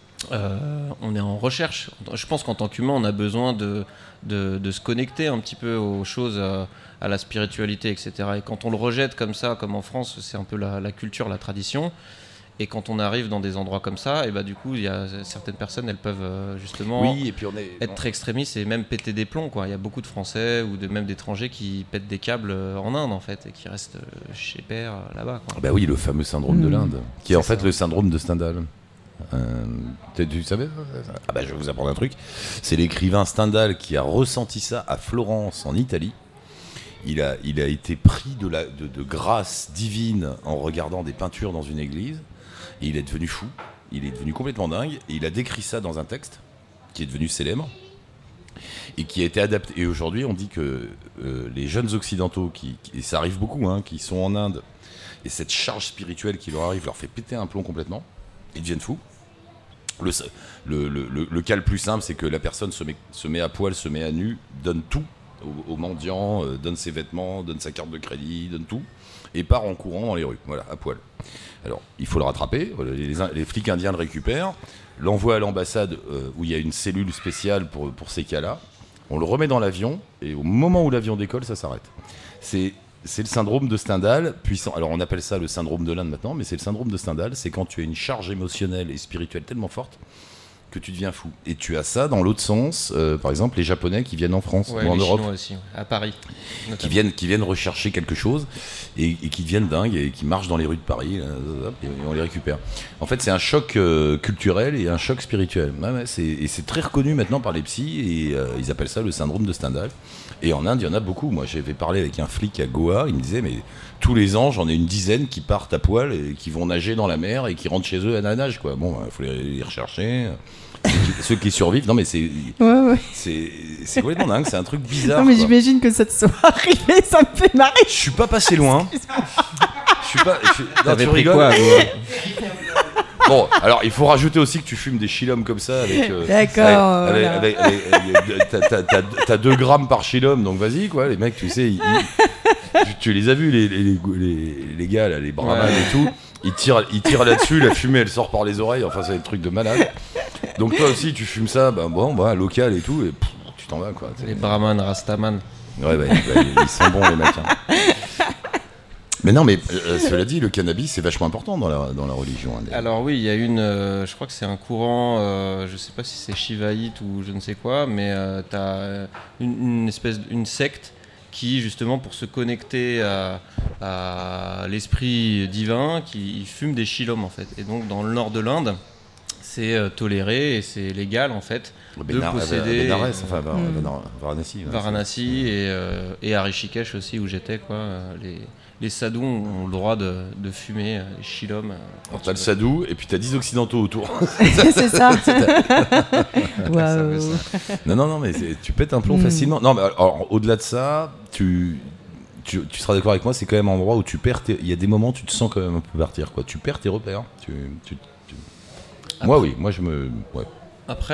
euh, on est en recherche. Je pense qu'en tant qu'humain, on a besoin de, de, de se connecter un petit peu aux choses, euh, à la spiritualité, et cetera. Et quand on le rejette comme ça, comme en France, c'est un peu la, la culture, la tradition. Et quand on arrive dans des endroits comme ça, et bah du coup, il y a certaines personnes, elles peuvent euh, justement Oui, et puis on est. être très extrémistes et même péter des plombs, quoi. Il y a beaucoup de Français ou de, même d'étrangers qui pètent des câbles euh, en Inde en fait et qui restent euh, chez père euh, là-bas, quoi. Bah oui, le fameux syndrome de Mm. l'Inde, qui est, en C'est fait ça. le syndrome de Stendhal. Euh, tu, tu savais ça? Ah bah je vais vous apprendre un truc. C'est l'écrivain Stendhal qui a ressenti ça à Florence, en Italie. Il a, il a été pris de, la, de, de grâce divine en regardant des peintures dans une église. Et il est devenu fou. Il est devenu complètement dingue. Et il a décrit ça dans un texte qui est devenu célèbre. Et qui a été adapté. Et aujourd'hui, on dit que euh, les jeunes occidentaux, qui, qui, et ça arrive beaucoup, hein, qui sont en Inde, et cette charge spirituelle qui leur arrive leur fait péter un plomb complètement. Ils deviennent fous. Le, le, le, le, le cas le plus simple, c'est que la personne se met, se met à poil, se met à nu, donne tout aux, aux mendiants, euh, donne ses vêtements, donne sa carte de crédit, donne tout, et part en courant dans les rues, voilà, à poil. Alors, il faut le rattraper, les, les flics indiens le récupèrent, l'envoient à l'ambassade euh, où il y a une cellule spéciale pour, pour ces cas-là, on le remet dans l'avion, et au moment où l'avion décolle, ça s'arrête. C'est... C'est le syndrome de Stendhal, puissant. Alors on appelle ça le syndrome de l'Inde maintenant, mais c'est le syndrome de Stendhal, c'est quand tu as une charge émotionnelle et spirituelle tellement forte que tu deviens fou. Et tu as ça dans l'autre sens, euh, par exemple les Japonais qui viennent en France ouais, ou en les Europe, Chinois aussi, à Paris, qui viennent, qui viennent rechercher quelque chose et, et qui deviennent dingues et qui marchent dans les rues de Paris, là, et on les récupère. En fait c'est un choc euh, culturel et un choc spirituel. Ouais, ouais, c'est, et c'est très reconnu maintenant par les psys et euh, ils appellent ça le syndrome de Stendhal. Et en Inde, il y en a beaucoup. Moi, j'avais parlé avec un flic à Goa. Il me disait, mais tous les ans, j'en ai une dizaine qui partent à poil et qui vont nager dans la mer et qui rentrent chez eux à la nage, quoi. Bon, il faut les, les rechercher. Ceux qui, ceux qui survivent, non, mais c'est, ouais, ouais. c'est, c'est complètement dingue. C'est un truc bizarre. Non, mais quoi. J'imagine que ça te soit arrivé. Ça me fait marrer. Je suis pas passé loin. Je suis pas. Je, non, T'avais tu pris rigoles quoi, Bon, alors il faut rajouter aussi que tu fumes des chilums comme ça avec. Euh, D'accord. Avec, Voilà. avec, avec, avec, t'as, t'as, t'as, t'as deux grammes par chilum, donc vas-y quoi, les mecs, tu sais, ils, ils, tu, tu les as vus les, les, les, les gars là, les brahmanes ouais. et tout, ils tirent, ils tirent là-dessus, la fumée elle sort par les oreilles, enfin c'est des trucs de malade. Donc toi aussi tu fumes ça, bah bon, bah local et tout, et pff, tu t'en vas quoi. Les brahmanes, rastaman. Ouais, bah, bah, ils sont bons les mecs. Hein. Mais non, mais euh, cela dit, le cannabis c'est vachement important dans la, dans la religion. Hein, Alors oui, il y a une, euh, je crois que c'est un courant, euh, je sais pas si c'est shivaïte ou je ne sais quoi, mais euh, tu as une, une espèce, une secte qui justement pour se connecter à, à l'esprit divin, qui fume des chilums en fait. Et donc dans le nord de l'Inde, c'est euh, toléré et c'est légal en fait de Bénar, posséder. Bénarès, enfin Var, Mm. Var, Varanasi. Ouais, Varanasi et, euh, et à Rishikesh aussi où j'étais quoi. Les, les sadhus ont le droit de, de fumer les chilums. Alors, t'as le sadhu et puis t'as dix occidentaux autour. C'est ça. Waouh. Non, non, non, mais tu pètes un plomb mm. facilement. Non, mais alors, au-delà de ça, tu, tu, tu seras d'accord avec moi, c'est quand même un endroit où tu perds. Tes, il y a des moments où tu te sens quand même un peu partir, quoi. Tu perds tes repères. Tu, tu, tu... Moi, oui, moi je me. Ouais. Après,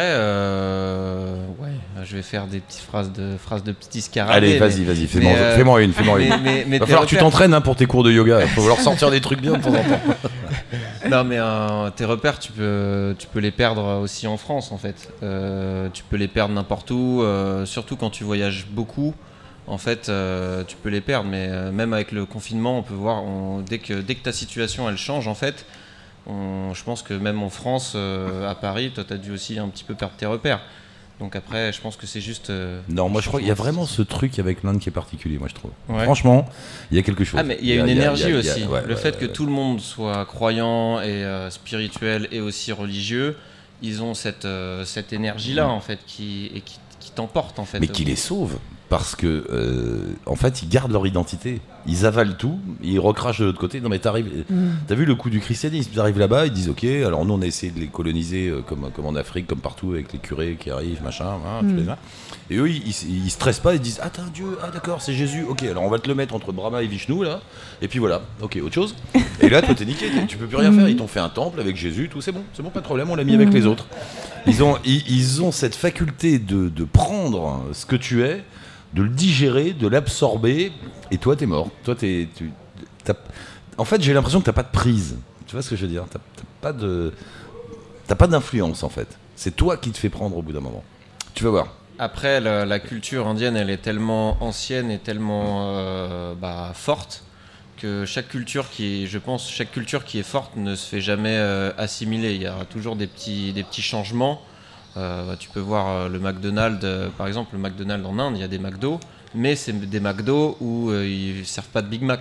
euh, ouais, je vais faire des petites phrases de phrases de petits scarabées. Allez, vas-y, mais, vas-y, fais-moi, euh, fais-moi une, fais-moi mais, une. Mais, mais va falloir que tu t'entraînes hein, pour tes cours de yoga. Il faut leur sortir des trucs bien de temps en temps. Non, mais euh, tes repères, tu peux, tu peux les perdre aussi en France, en fait. Euh, tu peux les perdre n'importe où, euh, surtout quand tu voyages beaucoup. En fait, euh, tu peux les perdre, mais euh, même avec le confinement, on peut voir, on, dès que dès que ta situation elle change, en fait. On, je pense que même en France, euh, à Paris, toi, tu as dû aussi un petit peu perdre tes repères. Donc après, je pense que c'est juste... Euh, non, moi je crois qu'il y a vraiment ce truc avec l'Inde qui est particulier, moi je trouve. Ouais. Franchement, il y a quelque chose. Ah, mais il y a une énergie aussi. Y a, ouais, le ouais, fait ouais, que ouais. tout le monde soit croyant et euh, spirituel et aussi religieux, ils ont cette, euh, cette énergie-là, en fait, qui, et qui, qui t'emporte, en fait. Mais qui les sauve. Parce que, euh, en fait, ils gardent leur identité. Ils avalent tout, ils recrachent de l'autre côté. Non, mais t'arrives. Mm. T'as vu le coup du christianisme? Ils arrivent là-bas, ils disent ok, alors nous on a essayé de les coloniser euh, comme, comme en Afrique, comme partout, avec les curés qui arrivent, machin. Hein, mm. Et eux, ils, ils, ils stressent pas, ils disent ah, t'as un Dieu, ah d'accord, c'est Jésus, ok, alors on va te le mettre entre Brahma et Vishnu, là. Et puis voilà, ok, autre chose. Et là, toi, t'es niqué, tu peux plus rien faire. Ils t'ont fait un temple avec Jésus, tout, c'est bon, c'est bon, pas de problème, on l'a mis mm. avec les autres. Ils ont, ils, ils ont cette faculté de, de prendre ce que tu es, de le digérer, de l'absorber, et toi t'es mort. Toi t'es, tu, t'as... En fait, j'ai l'impression que t'as pas de prise. Tu vois ce que je veux dire? T'as, t'as pas de, t'as pas d'influence en fait. C'est toi qui te fais prendre au bout d'un moment. Tu vas voir. Après, la, la culture indienne, elle est tellement ancienne et tellement euh, bah, forte que chaque culture qui est, je pense, chaque culture qui est forte ne se fait jamais euh, assimiler. Il y aura toujours des petits, des petits changements. Euh, tu peux voir euh, le McDonald's, euh, par exemple, le McDonald's en Inde, il y a des McDo, mais c'est des McDo où euh, ils servent pas de Big Mac.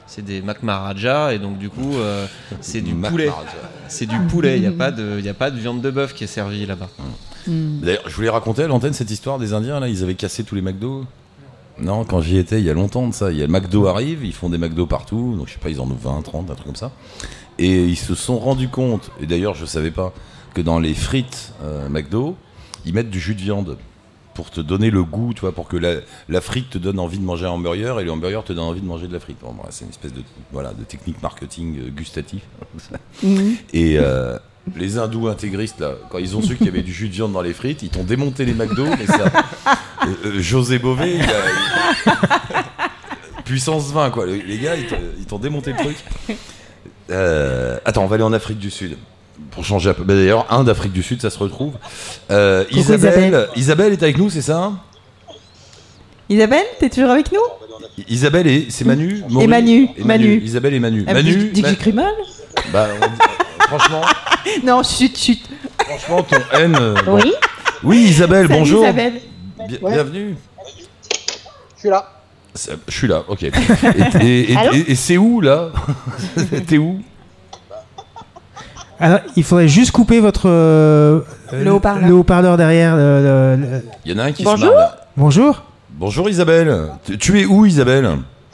c'est des Mac Maharaja et donc du coup euh, c'est du Mac poulet. Maharaja. C'est du poulet. Il y a pas de, il y a pas de viande de bœuf qui est servie là-bas. Mm. D'ailleurs, je voulais raconter à l'antenne cette histoire des Indiens là, ils avaient cassé tous les McDo. Non, quand j'y étais, il y a longtemps de ça. Il y a le McDo arrive, ils font des McDo partout, donc je sais pas, ils en ont vingt, trente, un truc comme ça. Et ils se sont rendus compte, et d'ailleurs je savais pas, que dans les frites euh, McDo, ils mettent du jus de viande pour te donner le goût, tu vois, pour que la, la frite te donne envie de manger un hamburger et le hamburger te donne envie de manger de la frite. Bon, bref, c'est une espèce de, voilà, de technique marketing euh, gustatif. Mm. Et euh, les hindous intégristes, là, quand ils ont su qu'il y avait du jus de viande dans les frites, ils t'ont démonté les McDo, mais ça... Euh, euh, José Bové, il a... il- puissance vingt, quoi. Les, les gars, ils t'ont, ils t'ont démonté le truc. Euh, attends, on va aller en Afrique du Sud. Pour changer un peu. Bah, d'ailleurs, un d'Afrique du Sud, ça se retrouve. Euh, Isabelle, Isabelle. Isabelle est avec nous, c'est ça? Isabelle, t'es toujours avec nous? Isabelle et c'est Manu, Maury Et Manu, Manu. Isabelle et Manu. Ah, Manu, dis- dis que Ma- j'écris mal. bah, on dit- franchement, Non, chut, chut. franchement, ton N. euh, bon. Oui. Oui, Isabelle, Salut, bonjour. Isabelle. Bi- Ouais. Bienvenue. Je suis là. C'est- Je suis là, ok. Et, et- et- Allô et- et c'est où là? T'es où? Alors, il faudrait juste couper votre euh, Le haut-parleur. le haut-parleur derrière. le- le- le- Il y en a un qui Bonjour. se marre là. Bonjour. Bonjour Isabelle. Tu, tu es où Isabelle?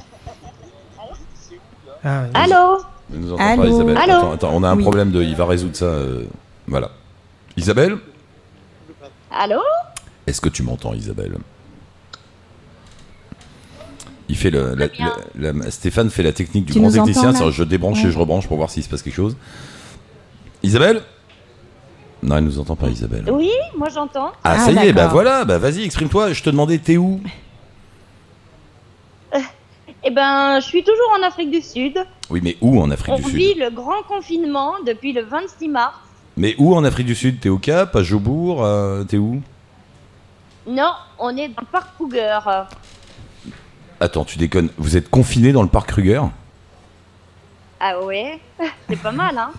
Ah, oui. Allô. Ne nous entend Allô. pas Isabelle. Allô. Attends, attends, on a un Oui. problème de. Il va résoudre ça. euh, Voilà. Isabelle? Allô. Est-ce que tu m'entends Isabelle? Il fait le, la- bien. la- la- Stéphane fait la technique du Tu grand nous entends, technicien, là c'est-à-dire je débranche Ouais. et je rebranche pour voir s'il se passe quelque chose. Isabelle? Non, elle nous entend pas Isabelle. Oui, moi j'entends. Ah, Ah, ça y est, bah d'accord. voilà, bah vas-y, exprime-toi. Je te demandais, t'es où? Eh ben, je suis toujours en Afrique du Sud. Oui, mais où en Afrique On du Sud? vit le grand confinement depuis le vingt-six mars. Mais où en Afrique du Sud? T'es au Cap, à Jobourg, euh, t'es où? Non, on est dans le parc Kruger. Attends, tu déconnes. Vous êtes confiné dans le parc Kruger? Ah ouais, c'est pas mal, hein.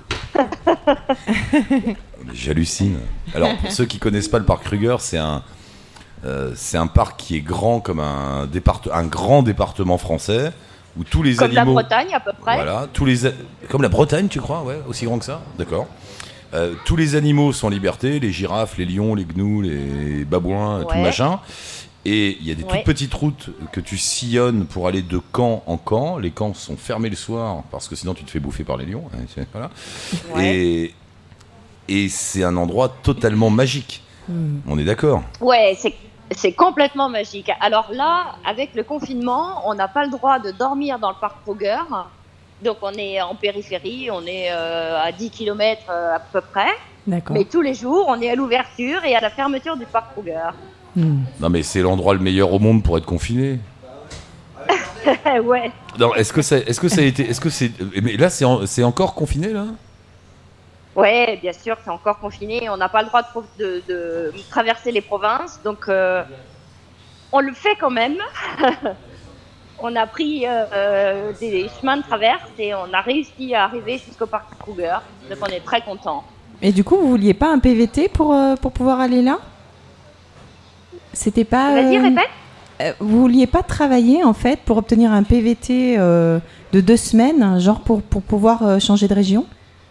J'hallucine. Alors, pour ceux qui connaissent pas le parc Kruger, c'est un, euh, c'est un parc qui est grand comme un, départ- un grand département français où tous les Comme la animaux. Bretagne à peu près. Voilà, tous les a- comme la Bretagne, tu crois, ouais, aussi grand que ça, d'accord. Euh, tous les animaux sont en liberté, les girafes, les lions, les gnous, les babouins, tout Ouais. machin. Et il y a des Ouais. toutes petites routes que tu sillonnes pour aller de camp en camp. Les camps sont fermés le soir parce que sinon tu te fais bouffer par les lions. hein, c'est- voilà. Ouais. Et, et c'est un endroit totalement magique. On est d'accord? Ouais, c'est c'est complètement magique. Alors là, avec le confinement, on n'a pas le droit de dormir dans le parc Kruger. Donc on est en périphérie, on est euh, à dix kilomètres euh, à peu près. D'accord. Mais tous les jours, on est à l'ouverture et à la fermeture du parc Kruger. Hmm. Non mais c'est l'endroit le meilleur au monde pour être confiné. Ouais. Non, est-ce que ça, est-ce que ça a été, est-ce que c'est, mais là c'est, en- c'est encore confiné là? Ouais, bien sûr, c'est encore confiné. On n'a pas le droit de, pro- de- de traverser les provinces, donc euh, on le fait quand même. On a pris euh, euh, des chemins de traverse et on a réussi à arriver jusqu'au parc Kruger. Donc on est très contents. Et du coup, vous vouliez pas un P V T pour, euh, pour pouvoir aller là? C'était pas. Vas-y, euh, répète. euh, vous vouliez pas travailler en fait pour obtenir un P V T euh, de deux semaines, genre pour, pour pouvoir euh, changer de région?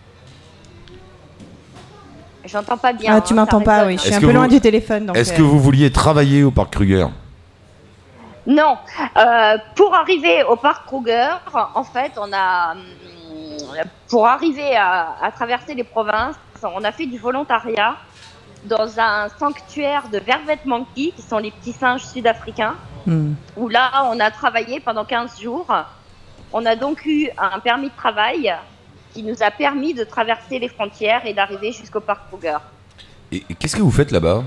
J'entends pas bien. Ah, tu hein, m'entends ça pas, résonne. oui. Je suis Est-ce un que peu vous- loin du téléphone. donc, Est-ce euh, que vous vouliez travailler au parc Kruger? Non. Euh, pour arriver au parc Kruger, en fait, on a, hum, pour arriver à, à traverser les provinces, on a fait du volontariat dans un sanctuaire de Vervet Monkey, qui sont les petits singes sud-africains, hmm. où là, on a travaillé pendant quinze jours. On a donc eu un permis de travail qui nous a permis de traverser les frontières et d'arriver jusqu'au parc Kruger. Et, et qu'est-ce que vous faites là-bas?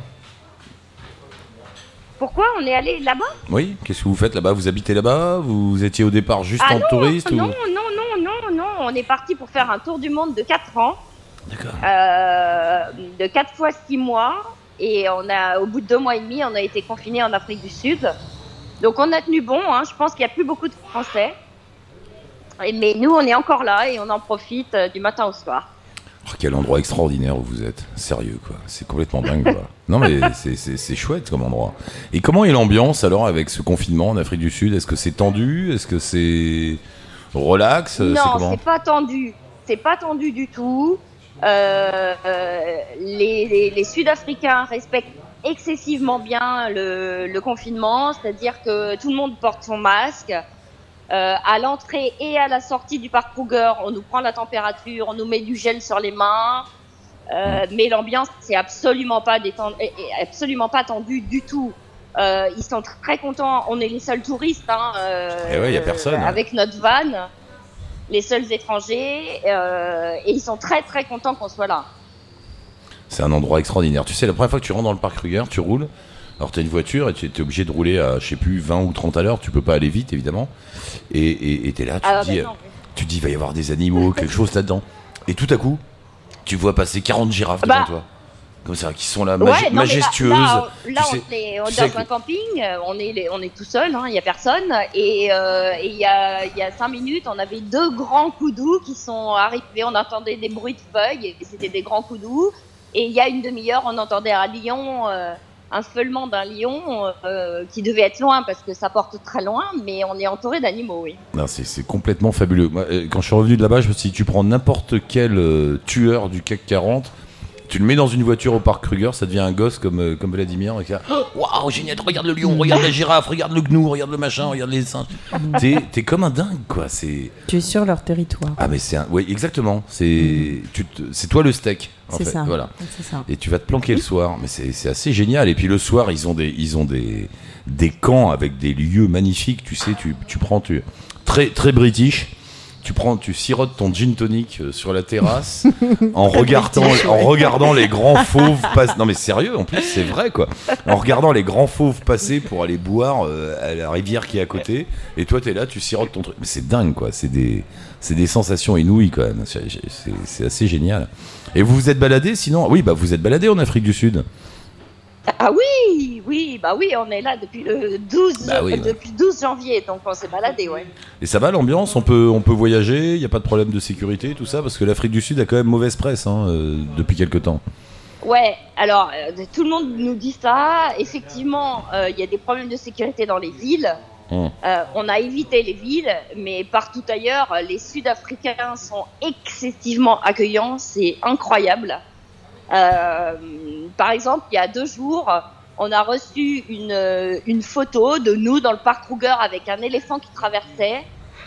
Pourquoi on est allé là-bas? Oui, qu'est-ce que vous faites là-bas? Vous habitez là-bas? Vous étiez au départ juste Ah en non, touriste non, ou... non, non, non, non, on est parti pour faire un tour du monde de quatre ans, D'accord. euh, de quatre fois six mois, et on a, au bout de deux mois et demi, on a été confinés en Afrique du Sud. Donc on a tenu bon, hein, je pense qu'il n'y a plus beaucoup de Français, Et- mais nous on est encore là et on en profite euh, du matin au soir. Oh, quel endroit extraordinaire où vous êtes. Sérieux, quoi. C'est complètement dingue, quoi. Non, mais c'est, c'est, c'est chouette comme endroit. Et comment est l'ambiance, alors, avec ce confinement en Afrique du Sud? Est-ce que c'est tendu? Est-ce que c'est... Relax, euh, Non, c'est comment? c'est pas tendu. C'est pas tendu du tout. Euh, euh, les, les, les Sud-Africains respectent excessivement bien le, le confinement, c'est-à-dire que tout le monde porte son masque. Euh, à l'entrée et à la sortie du parc Kruger, on nous prend la température, on nous met du gel sur les mains. Euh, mais l'ambiance, c'est absolument pas détendu, absolument pas tendue du tout. Euh, ils sont très contents. On est les seuls touristes, hein, euh, Eh ouais, y a personne. avec notre van, les seuls étrangers, euh, et ils sont très très contents qu'on soit là. C'est un endroit extraordinaire. Tu sais, la première fois que tu rentres dans le parc Kruger, tu roules. Alors, tu as une voiture et tu es obligé de rouler à, je sais plus, vingt ou trente à l'heure. Tu peux pas aller vite, évidemment. Et tu es là, tu Ah, te dis, bah non. tu te dis, il va y avoir des animaux, quelque chose là-dedans. Et tout à coup, tu vois passer quarante girafes devant Bah. toi. Comme ça, qui sont là, Ouais, magi- non, mais majestueuses. Là, là, Tu là, sais- on est, on tu est sais dans un que- camping, euh, on est, les- on est tout seul, il n'y a personne. Et euh, et il y, a, il y a cinq minutes, on avait deux grands coudous qui sont arrivés. On entendait des bruits de feuilles, et c'était des grands coudous. Et il y a une demi-heure, on entendait un lion, euh, un feulement d'un lion euh, qui devait être loin parce que ça porte très loin, mais on est entouré d'animaux, oui. Non, c'est, c'est complètement fabuleux. Moi, euh, quand je suis revenu de là-bas, je me suis dit, tu prends n'importe quel euh, tueur du C A C quarante, tu le mets dans une voiture au parc Kruger, ça devient un gosse comme, euh, comme Vladimir. Et qui a, waouh, génial, regarde le lion, regarde la girafe, regarde le gnou, regarde le machin, regarde les singes. T'es, t'es comme un dingue, quoi. C'est... Tu es sur leur territoire. Ah, mais c'est un... Oui, exactement. C'est, tu te... c'est toi le steak, en C'est fait. ça. Voilà. C'est ça. Et tu vas te planquer le soir. Mais c'est, c'est assez génial. Et puis le soir, ils ont des, ils ont des, des camps avec des lieux magnifiques. Tu sais, tu, tu prends... Tu... Très, très british. Tu prends, tu sirotes ton gin tonic euh, sur la terrasse en regardant, en regardant les grands fauves passer. Non mais sérieux, en plus c'est vrai quoi. En regardant les grands fauves passer pour aller boire euh, à la rivière qui est à côté. Et toi t'es là, tu sirotes ton truc. Mais c'est dingue quoi. C'est des, c'est des sensations inouïes quand même. C'est, c'est, c'est assez génial. Et vous vous êtes baladé sinon? Oui, bah vous êtes baladé en Afrique du Sud. Ah oui, oui, bah oui, on est là depuis le douze, Bah oui, ouais. depuis douze janvier, donc on s'est baladé, ouais. Et ça va l'ambiance? On peut, on peut voyager. Il y a pas de problème de sécurité, tout ça, parce que l'Afrique du Sud a quand même mauvaise presse hein, euh, depuis quelque temps. Ouais, alors euh, tout le monde nous dit ça. Effectivement, euh, il y a des problèmes de sécurité dans les villes. Hum. Euh, on a évité les villes, mais partout ailleurs, les Sud-Africains sont excessivement accueillants. C'est incroyable. Euh, par exemple, il y a deux jours, on a reçu une, une photo de nous dans le parc Kruger avec un éléphant qui traversait.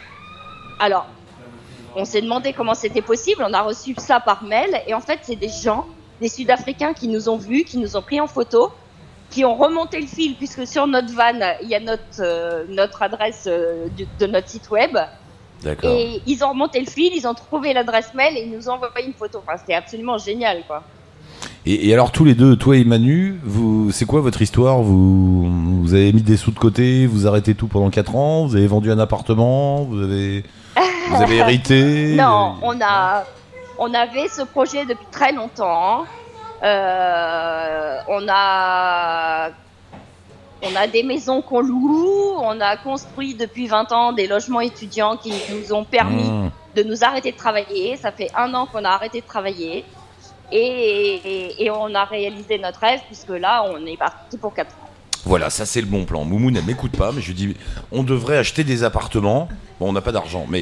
Alors, on s'est demandé comment c'était possible. On a reçu ça par mail. Et en fait, c'est des gens, des Sud-Africains qui nous ont vus, qui nous ont pris en photo, qui ont remonté le fil, puisque sur notre van, il y a notre, euh, notre adresse euh, de, de notre site web. D'accord. Et ils ont remonté le fil, ils ont trouvé l'adresse mail et ils nous ont envoyé une photo. Enfin, c'était absolument génial, quoi. Et, et alors tous les deux, toi et Manu, vous, c'est quoi votre histoire? vous, vous avez mis des sous de côté, vous arrêtez tout pendant quatre ans, vous avez vendu un appartement, vous avez, vous avez hérité? Non, on a, on avait ce projet depuis très longtemps. Euh, on a, on a des maisons qu'on loue. On a construit depuis vingt ans des logements étudiants qui nous ont permis Mmh. de nous arrêter de travailler. Ça fait un an qu'on a arrêté de travailler. Et, et, et on a réalisé notre rêve puisque là, on est parti pour quatre ans. Voilà, ça c'est le bon plan. Moumoune, elle m'écoute pas, mais je lui dis, on devrait acheter des appartements. Bon, on n'a pas d'argent, mais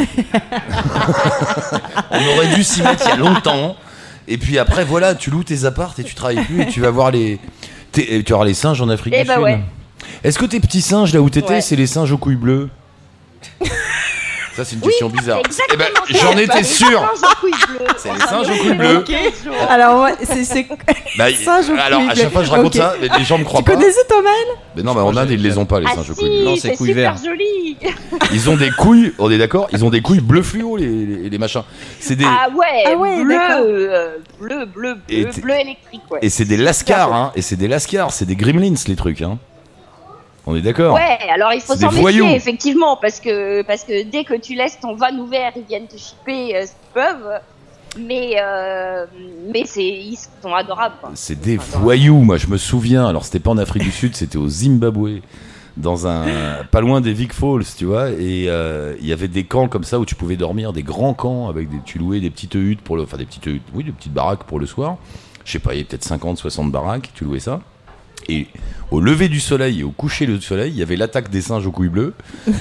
on aurait dû s'y mettre il y a longtemps. Et puis après, voilà, tu loues tes appartes et tu travailles plus et tu vas voir les, t'es- tu vas voir les singes en Afrique Eh du ben Sud. ouais. Est-ce que tes petits singes là où t'étais, Ouais. c'est les singes aux couilles bleues? Ça c'est une Oui, question bizarre. c'est Eh ben, exactement ça. j'en Bah, étais les sûr. singes aux couilles bleues. C'est les singes aux couilles bleues. Ok. Alors, moi, c'est. c'est... Bah, Singes aux alors couilles à chaque fois que je raconte bleues. ça, les gens me croient Tu pas. connaissais Thomas? Mais non, mais en Inde ils les ont pas les Ah singes aux couilles bleues. Non, si, c'est c'est couilles super vertes. joli. Ils ont des couilles, on est d'accord? Ils ont des couilles bleu fluo les, les, les machins. C'est des Ah ouais, Ah ouais, bleu, d'accord. euh, bleu, bleu, Et bleu, t'es- bleu électrique, ouais. et c'est des lascars hein, et c'est des lascars, c'est des gremlins les trucs hein. On est d'accord? Ouais, alors il faut C'est s'en des voyous. méfier effectivement parce que parce que dès que tu laisses ton van ouvert, ils viennent te chipper euh, s'ils peuvent. Mais euh, mais c'est ils sont adorables, quoi. C'est des voyous, moi je me souviens. Alors c'était pas en Afrique du Sud, c'était au Zimbabwe, dans un pas loin des Vic Falls, tu vois. Et euh, il y avait des camps comme ça où tu pouvais dormir, des grands camps avec des, tu louais des petites huttes pour le, enfin des petites huttes, oui, des petites baraques pour le soir. Je sais pas, il y avait peut-être cinquante, soixante baraques, tu louais ça. Et au lever du soleil et au coucher du soleil, il y avait l'attaque des singes aux couilles bleues.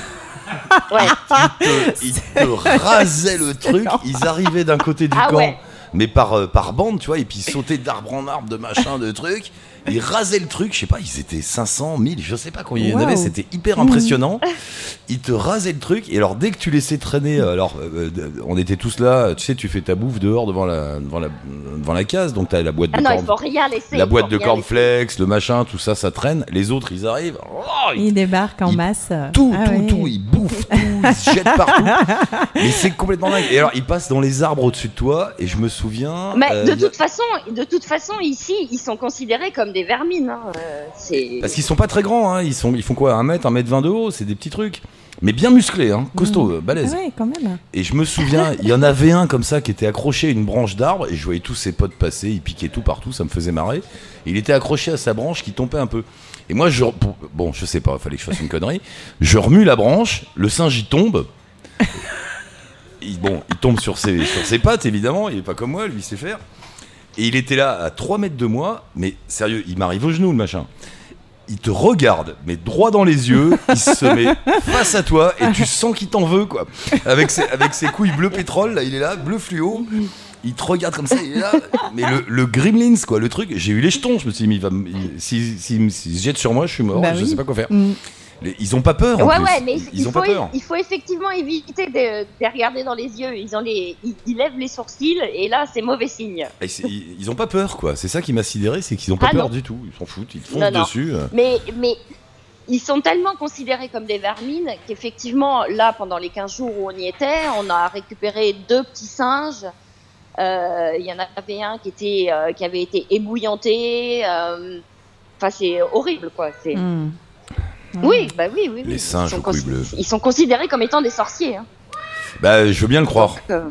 Ouais. Ils te, ils te rasaient le truc, ils arrivaient d'un côté du Ah camp, ouais. mais par, euh, par bande, tu vois, et puis ils sautaient d'arbre en arbre, de machin, de trucs. Ils rasaient le truc, je sais pas, ils étaient cinq cents, mille, je sais pas combien il y en avait, c'était hyper impressionnant. Ils te rasaient le truc, et alors dès que tu laissais traîner, alors euh, on était tous là, tu sais, tu fais ta bouffe dehors devant la, devant la, devant la case, donc t'as la boîte de Ah non, corn- il faut rien laisser. la il boîte faut de rien cornflakes, le machin, tout ça, ça traîne. Les autres, ils arrivent, oh, ils Ils débarquent en Ils- masse. tout, Ah tout, ouais. tout, ils bouffent tout, ils se jettent partout. Mais c'est complètement dingue. Et alors, ils passent dans les arbres au-dessus de toi, et je me souviens. Mais euh, de y a- toute façon, de toute façon, ici, ils sont considérés comme des vermines. Hein. Euh, c'est... Parce qu'ils sont pas très grands, hein. ils, sont, ils font quoi, un mètre, un mètre vingt de haut, c'est des petits trucs. Mais bien musclés, hein, costauds, euh, Ah balèzes. ouais, quand même. Et je me souviens, il y en avait un comme ça qui était accroché à une branche d'arbre, et je voyais tous ses potes passer, il piquait tout partout, ça me faisait marrer. Et il était accroché à sa branche qui tombait un peu. Et moi, je, pour- bon, je sais pas, il fallait que je fasse une connerie. Je remue la branche, le singe il tombe. Il, bon, il tombe sur ses, sur ses pattes, évidemment, il est pas comme moi, lui il sait faire. Et il était là à trois mètres de moi, mais sérieux, il m'arrive au genou le machin. Il te regarde, mais droit dans les yeux, il se met face à toi et tu sens qu'il t'en veut, quoi. Avec ses, avec ses couilles bleu pétrole, là, il est là, bleu fluo. Il te regarde comme ça, il est là. Mais le, le Gremlins, quoi, le truc, j'ai eu les jetons. Je me suis dit, mais il va, me- il- si- si- s'il se jette sur moi, je suis mort, Bah je oui. sais pas quoi faire. Mm. Les- ils ont pas peur, en Ouais, plus. ouais, mais ils il ont faut, pas peur. il faut effectivement éviter de, de les regarder dans les yeux. Ils, ont les, ils, ils lèvent les sourcils et là, c'est mauvais signe. Et c'est- ils, ils ont pas peur, quoi. C'est ça qui m'a sidéré, c'est qu'ils ont pas Ah, peur non. du tout. Ils s'en foutent, ils te foncent Non, non. dessus. euh. Mais, mais ils sont tellement considérés comme des vermines qu'effectivement, là, pendant les quinze jours où on y était, on a récupéré deux petits singes. Euh, Il y en avait un qui, était, euh, qui avait été ébouillanté. euh, Enfin, c'est horrible, quoi. C'est... Mm. Oui, bah oui, oui. oui. Les singes ils sont aux couilles consi- bleues. Ils sont considérés comme étant des sorciers. Hein. Bah, je veux bien le croire. Donc, euh,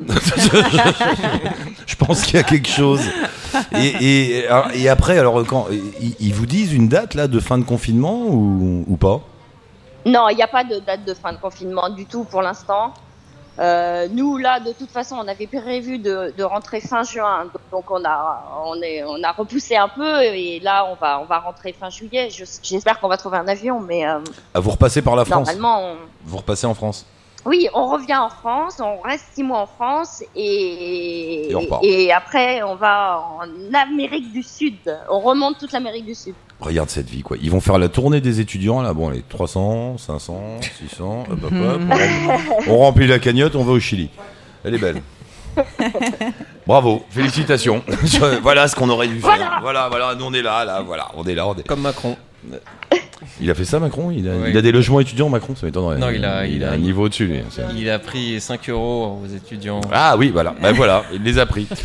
Je pense qu'il y a quelque chose. Et, et, alors- et après, alors, quand ils, ils vous disent une date là de fin de confinement ou, ou pas? Non, il n'y a pas de date de fin de confinement du tout pour l'instant. Euh, nous, là, de toute façon, on avait prévu de, de rentrer fin juin, donc on a, on est, on a repoussé un peu et là, on va, on va rentrer fin juillet. Je- J'espère qu'on va trouver un avion, mais euh, Ah, vous repassez par la France? normalement, on... Vous repassez en France? oui, on revient en France, on reste six mois en France et, Et on repart. et après, on va en Amérique du Sud. On remonte toute l'Amérique du Sud. Regarde cette vie, quoi. Ils vont faire la tournée des étudiants, là. Bon, les trois cents, cinq cents, six cents, hop, hop, hop. On, rem- on remplit la cagnotte, on va au Chili. Elle est belle. Bravo, félicitations. Voilà ce qu'on aurait dû faire. Voilà. Voilà, voilà, nous on est là, là, voilà, on est là. On est... Comme Macron. Il a fait ça, Macron? Il a, Oui. il a des logements étudiants, Macron? Ça m'étonnerait. Non, il a- il a- un niveau au-dessus, lui. C'est- Il a pris cinq euros aux étudiants. Ah oui, voilà. Ben voilà, il les a pris.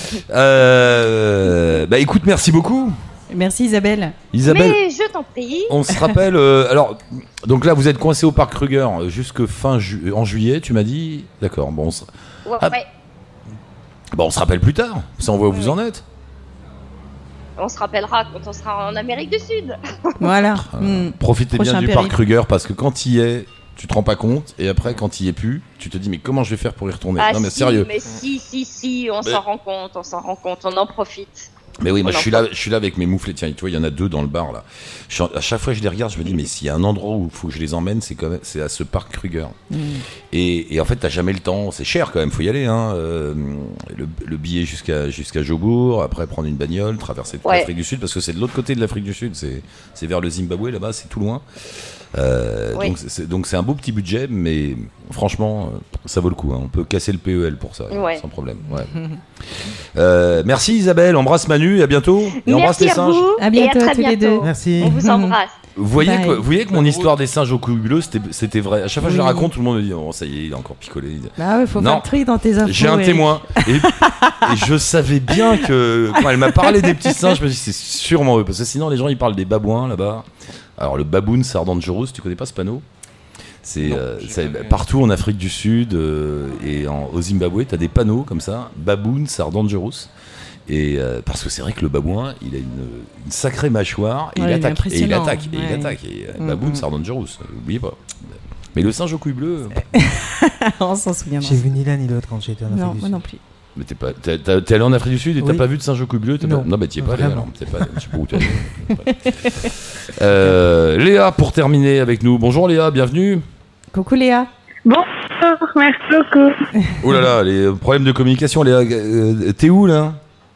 Euh, bah écoute, merci beaucoup, Merci Isabelle. Isabelle. Mais je t'en prie. On se rappelle. euh, alors, donc là, vous êtes coincé au parc Kruger euh, jusque fin ju- en juillet, tu m'as dit. D'accord. Bon, on se... Ouais, Ah. ouais. bon, on se rappelle plus tard. Ça, on voit où vous en êtes. On se rappellera quand on sera en Amérique du Sud. Voilà. Euh, Mm. Profitez bien Prochain du périple. parc Kruger parce que quand il y est, tu te rends pas compte, et après, quand il y est plus, tu te dis mais comment je vais faire pour y retourner? Ah Non mais si, sérieux. Mais si, si, si, on Mais- s'en rend compte, on s'en rend compte, on en profite. Mais oui, moi On je en suis là, je suis là avec mes mouflets. Tiens, tu vois, il y en a deux dans le bar là. Je suis en- à chaque fois que je les regarde, je me dis mais s'il y a un endroit où il faut que je les emmène, c'est quand même, c'est à ce parc Kruger. Mm. Et, et en fait, t'as jamais le temps. C'est cher quand même, faut y aller. Hein. Euh, le, le billet jusqu'à jusqu'à Jobourg, après prendre une bagnole, traverser toute Ouais. l'Afrique du Sud, parce que c'est de l'autre côté de l'Afrique du Sud. C'est c'est vers le Zimbabwe là-bas, c'est tout loin. Euh, Oui. donc c'est donc c'est un beau petit budget, mais franchement, euh, ça vaut le coup. Hein. On peut casser le P E L pour ça, Ouais. sans problème. Ouais. Euh, merci Isabelle, embrasse Manu, à bientôt. Et embrasse Merci les à singes. vous. À bientôt, et à très tous les bientôt. deux. Merci. On vous embrasse. Vous voyez, Bye. que, vous voyez que mon histoire des singes au couilles bleues, c'était c'était vrai. À chaque fois que je la Oui. raconte, tout le monde me dit oh, ça y est, il a encore picolé. Bah ouais, faut Non. faire le tri dans tes infos. J'ai un ouais. témoin. Et, et je savais bien que quand elle m'a parlé des petits singes, je me suis dit c'est sûrement eux. Parce que sinon, les gens ils parlent des babouins là-bas. Alors, le baboon sardangerous, tu connais pas ce panneau? C'est Non, euh, j'ai c'est pas vu. partout en Afrique du Sud euh, et en, au Zimbabwe, tu as des panneaux comme ça, baboon sardangerous. Et euh, parce que c'est vrai que le babouin, il a une, une sacrée mâchoire et Ouais, il il est attaque. Et il impressionnant. attaque. Et il Ouais. attaque. Et euh, Mm, baboon mm. sardangerous, euh, n'oubliez pas. Mais le singe aux couilles bleues. On s'en souviendra. J'ai vu ni l'un ni l'autre quand j'étais en Afrique Non, du moi Sud. non plus. Mais t'es pas, t'es, t'es- t'es allé en Afrique du Sud et t'as Oui. pas vu de singe aux couilles bleues? T'as pas- Non. non, bah t'y es pas allé Vraiment. alors. T'es pas, je sais pas où t'es allé. euh, Léa, pour terminer avec nous. Bonjour Léa, bienvenue. Coucou Léa. Bonjour, merci beaucoup. Oh là là, les problèmes de communication. Léa, euh, t'es où là?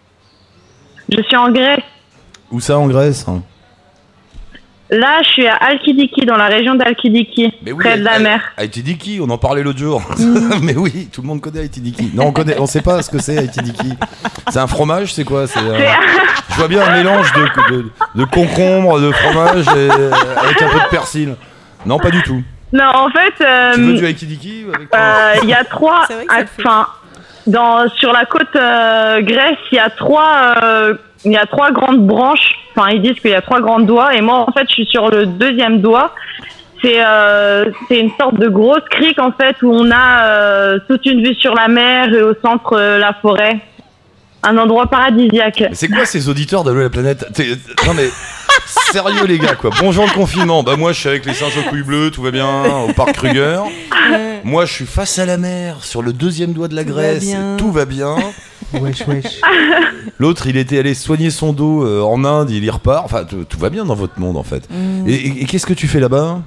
Je suis en Grèce. Où ça en Grèce? Là, je suis à Halkidiki, dans la région d'Halkidiki, oui, près de la à, mer. Haïti-Diki, on en parlait l'autre jour. Mm. Mais oui, tout le monde connaît Haïti-Diki. Non, on connaît, on sait pas ce que c'est Haïti-Diki. C'est un fromage, c'est quoi? C'est, euh, je vois bien un mélange de, de, de concombre, de fromage et, euh, avec un peu de persil. Non, pas du tout. Non, en fait, euh, Tu veux du Haïti-Diki avec ton- euh, il y a trois, enfin, dans sur la côte euh, Grèce, il y a trois, euh, il y a trois grandes branches. Enfin, ils disent qu'il y a trois grands doigts, et moi, en fait, je suis sur le deuxième doigt. C'est euh, c'est une sorte de grosse crique en fait où on a euh, toute une vue sur la mer et au centre euh, la forêt. Un endroit paradisiaque. Mais c'est quoi ces auditeurs d'Allo la planète? T'es- Non mais sérieux les gars quoi. Bonjour le confinement. Bah moi je suis avec les singes aux couilles bleues, tout va bien au parc Kruger. Moi je suis face à la mer sur le deuxième doigt de la Tout va Grèce, bien. tout va bien. Wesh, wesh. L'autre il était allé soigner son dos euh, en Inde, il y repart. Enfin tout, tout va bien dans votre monde en fait. Mm. Et, et- et qu'est-ce que tu fais là-bas?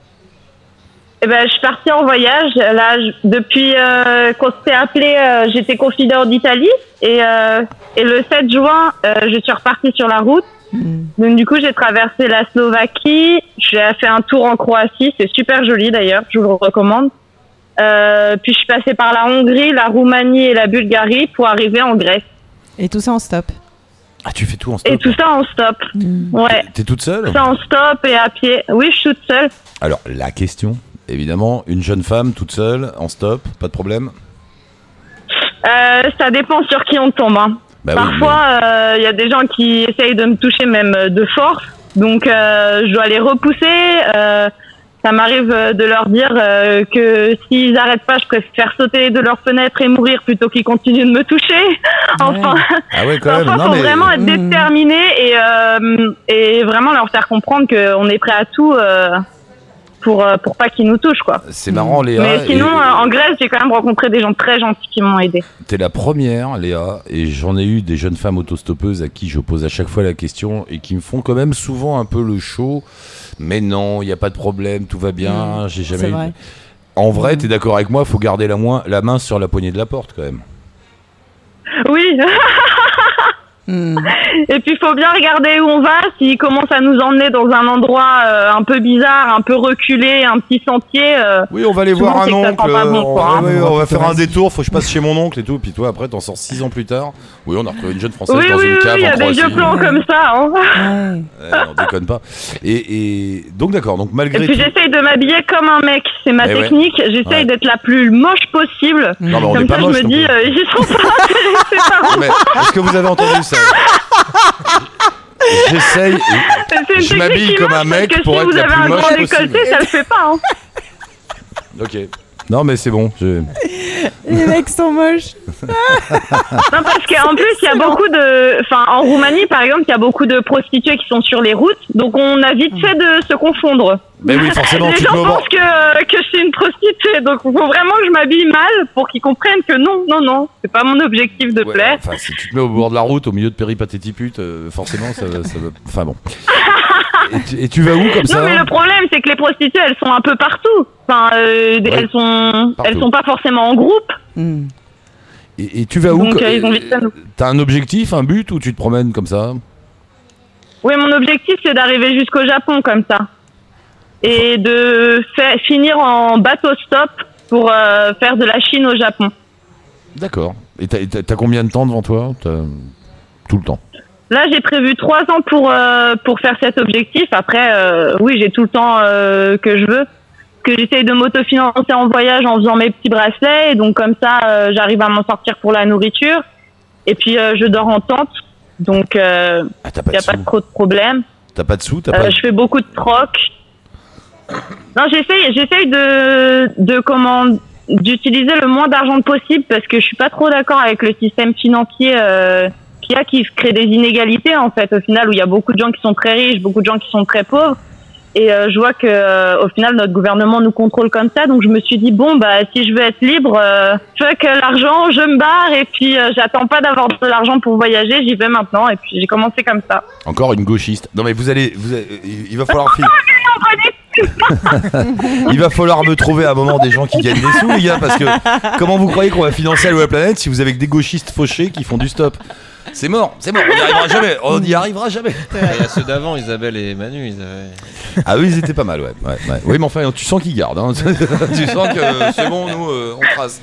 Eh ben, je suis partie en voyage. Là, je- depuis euh, qu'on s'est appelé, euh, j'étais confidente d'Italie. Et, euh, et le sept juin, euh, je suis repartie sur la route. Donc, du coup, j'ai traversé la Slovaquie. J'ai fait un tour en Croatie. C'est super joli d'ailleurs. Je vous le recommande. Euh, puis, je suis passée par la Hongrie, la Roumanie et la Bulgarie pour arriver en Grèce. Et tout ça en stop. Ah tu fais tout en stop? Et tout ça en stop. Ouais. T'es toute seule? Tout ça en stop et à pied. Oui, je suis toute seule. Alors la question, évidemment, une jeune femme toute seule en stop, pas de problème? Euh, ça dépend sur qui on tombe. Hein. Bah oui, Parfois, il y a des gens qui essayent de me toucher même euh, de force. Donc, euh, je dois les repousser. Euh, ça m'arrive euh, de leur dire euh, que s'ils n'arrêtent pas, je préfère sauter de leur fenêtre et mourir plutôt qu'ils continuent de me toucher. Enfin, Ah ouais quand même. parfois, Non, faut mais... vraiment être Mmh. déterminé et, euh, et vraiment leur faire comprendre qu'on est prêt à tout euh, pour, euh, pour pas qu'ils nous touchent, quoi. C'est marrant Léa. Mais sinon, et- euh, en Grèce, j'ai quand même rencontré des gens très gentils qui m'ont aidé. T'es la première, Léa, et j'en ai eu des jeunes femmes autostoppeuses à qui je pose à chaque fois la question et qui me font quand même souvent un peu le show. Mais non, il n'y a pas de problème, tout va bien, Mmh, j'ai jamais c'est eu. vrai. En vrai, t'es d'accord avec moi, il faut garder la, moins- la main sur la poignée de la porte quand même. Oui. Et puis il faut bien regarder où on va. S'il commence à nous emmener dans un endroit euh, un peu bizarre, un peu reculé, un petit sentier. euh, Oui, on va aller souvent, voir un c'est que ça oncle. sent pas bon, on, quoi, hein. ouais, ouais, on va faire un détour, faut que je passe chez mon oncle et tout. Puis toi, après, t'en sors six ans plus tard. Oui, on a retrouvé une jeune française Oui, dans oui, une oui, cave il y en a des Croatie. vieux plans comme ça. Hein. Ouais, on déconne pas. Et, et donc d'accord, donc Et malgré puis tout. j'essaye de m'habiller comme un mec. C'est ma Eh ouais. technique. J'essaye Ouais. d'être la plus moche possible. Non, mais on comme n'est pas ça, moche je me non dis, plus. euh, ils sont pas intéressés par Mais est-ce que vous avez entendu ça? J'essaye, C'est une je technique m'habille qui comme un marche, mec parce que pour si être vous la avez plus un moche grand possible. décolleté, ça le fait pas. Hein. Ok. Non mais c'est bon. Je... Les mecs sont moches. Non, parce qu'en plus, il y a beaucoup de. Enfin, en Roumanie, par exemple, il y a beaucoup de prostituées qui sont sur les routes. Donc, on a vite fait de se confondre. Ben oui, forcément, Les tu te gens mets au bord. pensent que, que je suis une prostituée. Donc, il faut vraiment que je m'habille mal pour qu'ils comprennent que non, non, non. C'est pas mon objectif de plaire. Enfin, si tu te mets au bord de la route, au milieu de péripatétiputes, euh, forcément, ça va, ça va. Enfin bon. Et tu, et tu vas où comme ça? Non, mais le problème, c'est que les prostituées, elles sont un peu partout. Enfin, euh, Ouais. elles sont, Partout. elles sont pas forcément en groupe. Et, et tu vas où? Donc, co- euh, ils ont vite fait nous. T'as un objectif, un but, ou tu te promènes comme ça? Oui, mon objectif, c'est d'arriver jusqu'au Japon comme ça. Et de fa- finir en bateau stop pour euh, faire de la Chine au Japon. D'accord. Et t'as, t'as- t'as combien de temps devant toi? T'as... Tout le temps. Là, j'ai prévu trois ans pour euh, pour faire cet objectif. Après, euh, oui, j'ai tout le temps euh, que je veux. Que j'essaye de m'autofinancer en voyage en faisant mes petits bracelets. Et donc, comme ça, euh, j'arrive à m'en sortir pour la nourriture. Et puis, euh, je dors en tente. Donc, il euh, Ah, t'as n'y pas a de pas sous. de trop de problèmes. T'as pas de sous? T'as Euh, pas... Je fais beaucoup de troc. Non, j'essaye, j'essaye de, de comment, d'utiliser le moins d'argent possible parce que je suis pas trop d'accord avec le système financier euh, qu'il y a qui crée des inégalités en fait. Au final, où il y a beaucoup de gens qui sont très riches, beaucoup de gens qui sont très pauvres. Et euh, je vois que euh, au final notre gouvernement nous contrôle comme ça, donc je me suis dit bon bah si je veux être libre, euh, fuck l'argent, je me barre et puis euh, j'attends pas d'avoir de l'argent pour voyager, j'y vais maintenant et puis j'ai commencé comme ça. Encore une gauchiste. Non mais vous allez, vous allez- il va falloir filer. Il va falloir me trouver à un moment des gens qui gagnent des sous, les gars, parce que comment vous croyez qu'on va financer Allo la planète si vous avez que des gauchistes fauchés qui font du stop? C'est mort, c'est mort, on n'y arrivera jamais, on n'y arrivera jamais. Il y a ceux d'avant, Isabelle et Manu, ils avaient... Ah oui, ils étaient pas mal, ouais. ouais, ouais. Oui, mais enfin, tu sens qu'ils gardent. Hein. Tu sens que euh, c'est bon, nous, euh, on trace.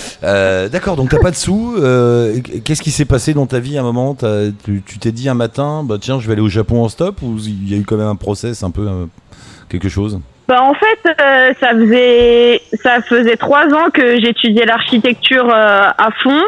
Euh, D'accord, donc t'as pas de sous. Euh, Qu'est-ce qui s'est passé dans ta vie à un moment? Tu tu t'es dit un matin, bah tiens, je vais aller au Japon en stop, ou il y a eu quand même un process, un peu, euh, quelque chose? Bah en fait, euh, ça faisait ça faisait trois ans que j'étudiais l'architecture euh, à fond.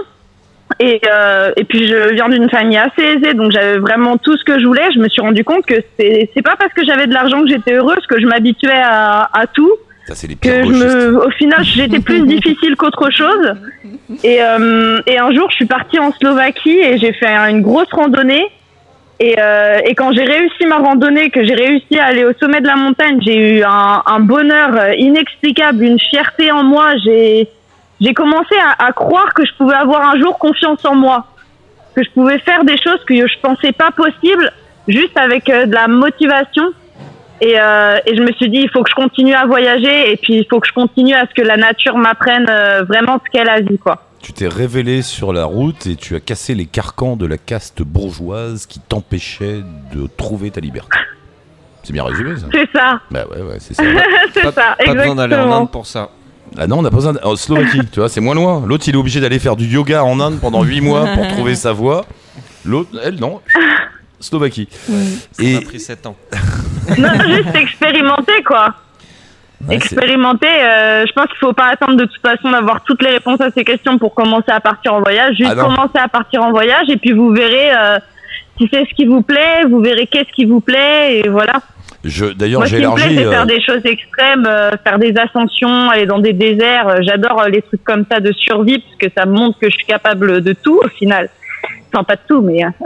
Et, euh, et puis je viens d'une famille assez aisée, donc j'avais vraiment tout ce que je voulais. Je me suis rendu compte que c'est c'est pas parce que j'avais de l'argent que j'étais heureuse, que je m'habituais à, à tout. Ça, c'est les pires que je me, au final, j'étais plus difficile qu'autre chose. Et, euh, et un jour, je suis partie en Slovaquie et j'ai fait une grosse randonnée. Et, euh, et quand j'ai réussi ma randonnée, que j'ai réussi à aller au sommet de la montagne, j'ai eu un, un bonheur inexplicable, une fierté en moi. J'ai J'ai commencé à, à croire que je pouvais avoir un jour confiance en moi, que je pouvais faire des choses que je pensais pas possibles, juste avec euh, de la motivation. Et, euh, et je me suis dit, il faut que je continue à voyager, et puis il faut que je continue à ce que la nature m'apprenne euh, vraiment ce qu'est la vie, quoi. Tu t'es révélé sur la route et tu as cassé les carcans de la caste bourgeoise qui t'empêchait de trouver ta liberté. C'est bien résumé, ça. C'est ça. Bah ouais, ouais, c'est ça. C'est pas, ça, pas exactement. besoin d'aller en Inde pour ça. Ah non, on n'a pas besoin. En Slovaquie, tu vois, c'est moins loin. L'autre, il est obligé d'aller faire du yoga en Inde pendant huit mois pour trouver sa voie. L'autre, elle, non. Slovaquie. Ça Et... m'a pris sept ans. Non, juste expérimenter, quoi. Ouais, expérimenter, euh, je pense qu'il faut pas attendre de toute façon d'avoir toutes les réponses à ces questions pour commencer à partir en voyage. Juste ah commencer à partir en voyage et puis vous verrez euh, si c'est ce qui vous plaît, vous verrez qu'est-ce qui vous plaît et voilà. Je, d'ailleurs, Moi, j'ai ce qui me plaît, élargi. c'est euh... faire des choses extrêmes, euh, faire des ascensions, aller dans des déserts. Euh, J'adore euh, les trucs comme ça de survie parce que ça me montre que je suis capable de tout au final. Enfin, pas de tout, mais euh,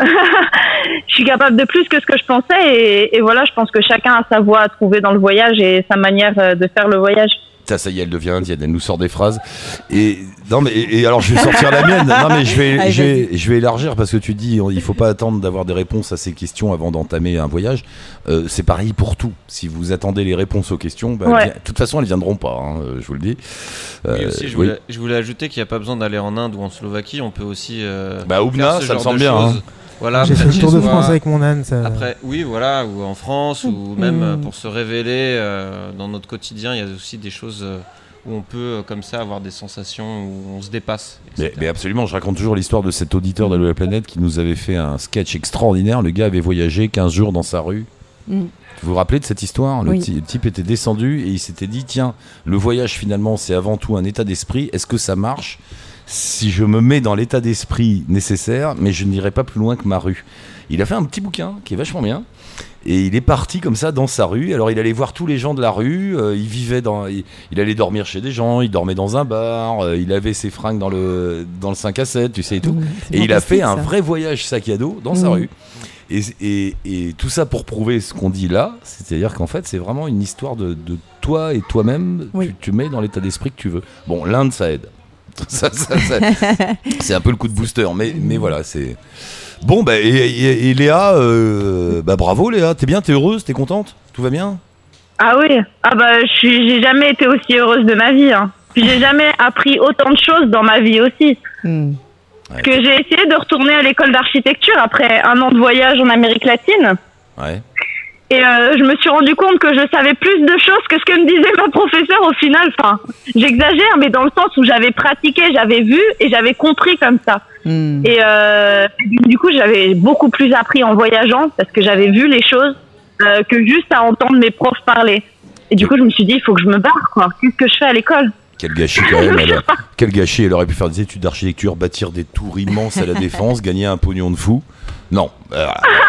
je suis capable de plus que ce que je pensais. Et, et voilà, je pense que chacun a sa voie à trouver dans le voyage et sa manière euh, de faire le voyage. Ça, ça y est, elle devient indienne, elle nous sort des phrases. Et non, mais et, et alors je vais sortir la mienne. Non, mais je vais, Allez, je vais, je vais élargir parce que tu dis, il faut pas attendre d'avoir des réponses à ces questions avant d'entamer un voyage. Euh, c'est pareil pour tout. Si vous attendez les réponses aux questions, bah, Ouais. de toute façon, elles viendront pas. Hein, je vous le dis. Euh, Oui, aussi, je, oui. voulais, je voulais ajouter qu'il n'y a pas besoin d'aller en Inde ou en Slovaquie. On peut aussi. Euh, Bah, Oubna, faire ce ça me genre semble de bien, choses. hein. Voilà, J'ai fait près le tour chez de soi. France avec mon âne. Ça... Après, oui, voilà, ou en France, ou même Mmh. euh, pour se révéler euh, dans notre quotidien, il y a aussi des choses euh, où on peut, euh, comme ça, avoir des sensations où on se dépasse. Mais, mais absolument, je raconte toujours l'histoire de cet auditeur d'Allo la planète qui nous avait fait un sketch extraordinaire. Le gars avait voyagé quinze jours dans sa rue. Mm. Vous vous rappelez de cette histoire? Le, Oui. ti- le type était descendu et il s'était dit, tiens, le voyage finalement c'est avant tout un état d'esprit. Est-ce que ça marche si je me mets dans l'état d'esprit nécessaire, mais je n'irai pas plus loin que ma rue? Il a fait un petit bouquin qui est vachement bien. Et il est parti comme ça dans sa rue. Alors il allait voir tous les gens de la rue. Euh, il vivait dans, il, il allait dormir chez des gens. Il dormait dans un bar. Euh, il avait ses fringues dans le dans le cinq à sept, tu sais et tout. Mmh, c'est et il a fait fantastique, un ça. vrai voyage sac à dos dans sa Mmh. rue. Et, et, et tout ça pour prouver ce qu'on dit là, c'est-à-dire qu'en fait c'est vraiment une histoire de, de toi et toi-même. Oui. Tu, tu mets dans l'état d'esprit que tu veux. Bon, l'Inde ça aide. Ça, ça, ça, c'est un peu le coup de booster, mais mais voilà c'est. Bon, bah, et, et- et Léa, euh, bah bravo Léa, t'es bien, t'es heureuse, t'es contente? Tout va bien? Ah oui, ah bah je suis, j'ai jamais été aussi heureuse de ma vie. Hein. Puis j'ai jamais appris autant de choses dans ma vie aussi. Mm. Parce que j'ai essayé de retourner à l'école d'architecture après un an de voyage en Amérique latine. Ouais. Et euh, je me suis rendu compte que je savais plus de choses que ce que me disait ma professeure au final. Enfin, j'exagère, mais dans le sens où j'avais pratiqué, j'avais vu et j'avais compris comme ça. Mm. Et euh, du coup, j'avais beaucoup plus appris en voyageant parce que j'avais vu les choses euh, que juste à entendre mes profs parler. Et du coup, je me suis dit, il faut que je me barre, quoi. Qu'est-ce que je fais à l'école? Quel gâchis quand même. Elle, quel gâchis, elle aurait pu faire des études d'architecture, bâtir des tours immenses à la défense, gagner un pognon de fou. Non. Euh,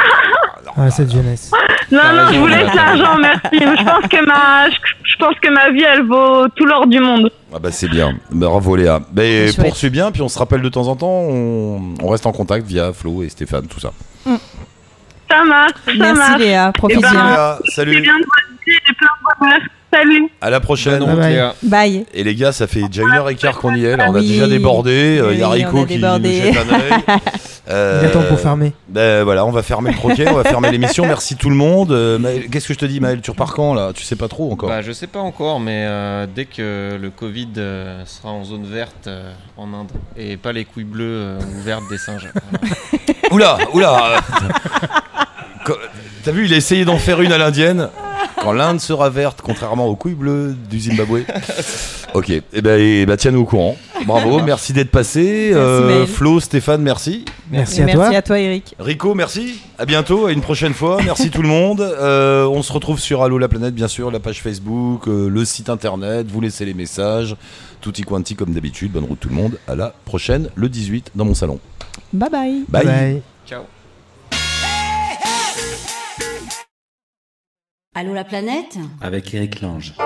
Ah, cette jeunesse. Non, T'as non, je raison, vous laisse Léa, t'as l'argent, merci. Je pense que ma, je, je pense que ma vie, elle vaut tout l'or du monde. ah bah c'est bien. Bravo Léa. Bah, C'est chouette. poursuis bien, puis on se rappelle de temps en temps. On, on reste en contact via Flo et Stéphane, tout ça. Ça marche, ça Merci marche. Léa, profite Eh ben, bien. Léa, C'est salut. bien de voyager, j'ai plein de bonheur. salut. À la prochaine. Bonne route, Bye bye. Léa. Bye. Et les gars, ça fait déjà une heure et quart qu'on y est. Là, on a Oui. déjà débordé. Il Oui, y a on Rico a qui nous débordé. jette un œil. Euh, Il est temps pour fermer. Ben voilà, on va fermer le troquet, on va fermer l'émission. Merci tout le monde. Euh, Maël, qu'est-ce que je te dis, Maël? Tu repars quand là? Tu sais pas trop encore. Bah, je sais pas encore, mais euh, dès que le Covid euh, sera en zone verte euh, en Inde et pas les couilles bleues euh, ou vertes des singes. Voilà. Oula, oula. Quand- T'as vu, il a essayé d'en faire une à l'indienne. Quand l'Inde sera verte, contrairement aux couilles bleues du Zimbabwe. Ok, et eh ben, eh ben tiens-nous au courant. Bravo, merci d'être passé. Merci, Maël. Flo, Stéphane, merci. Merci Et à merci toi. à toi, Eric. Rico, merci. À bientôt, à une prochaine fois. Merci tout le monde. Euh, on se retrouve sur Allo la planète, bien sûr, la page Facebook, euh, le site internet. Vous laissez les messages. Tutti quanti comme d'habitude. Bonne route tout le monde. À la prochaine, le dix-huit, dans mon salon. Bye bye. Bye. Bye. Ciao. Allô la planète? Avec Eric Lange.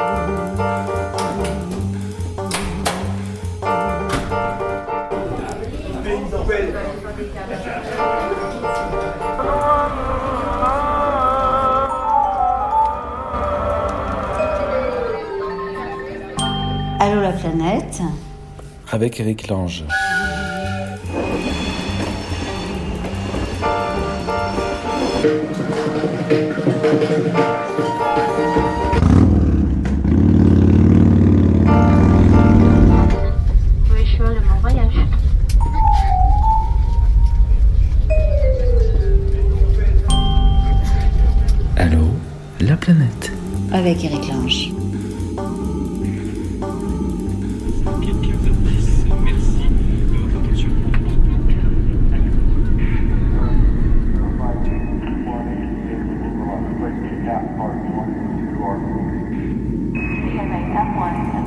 Allô la planète? Avec Eric Lange. Joyeux le bon voyage. Allô, la planète. Avec Eric Lange. F one.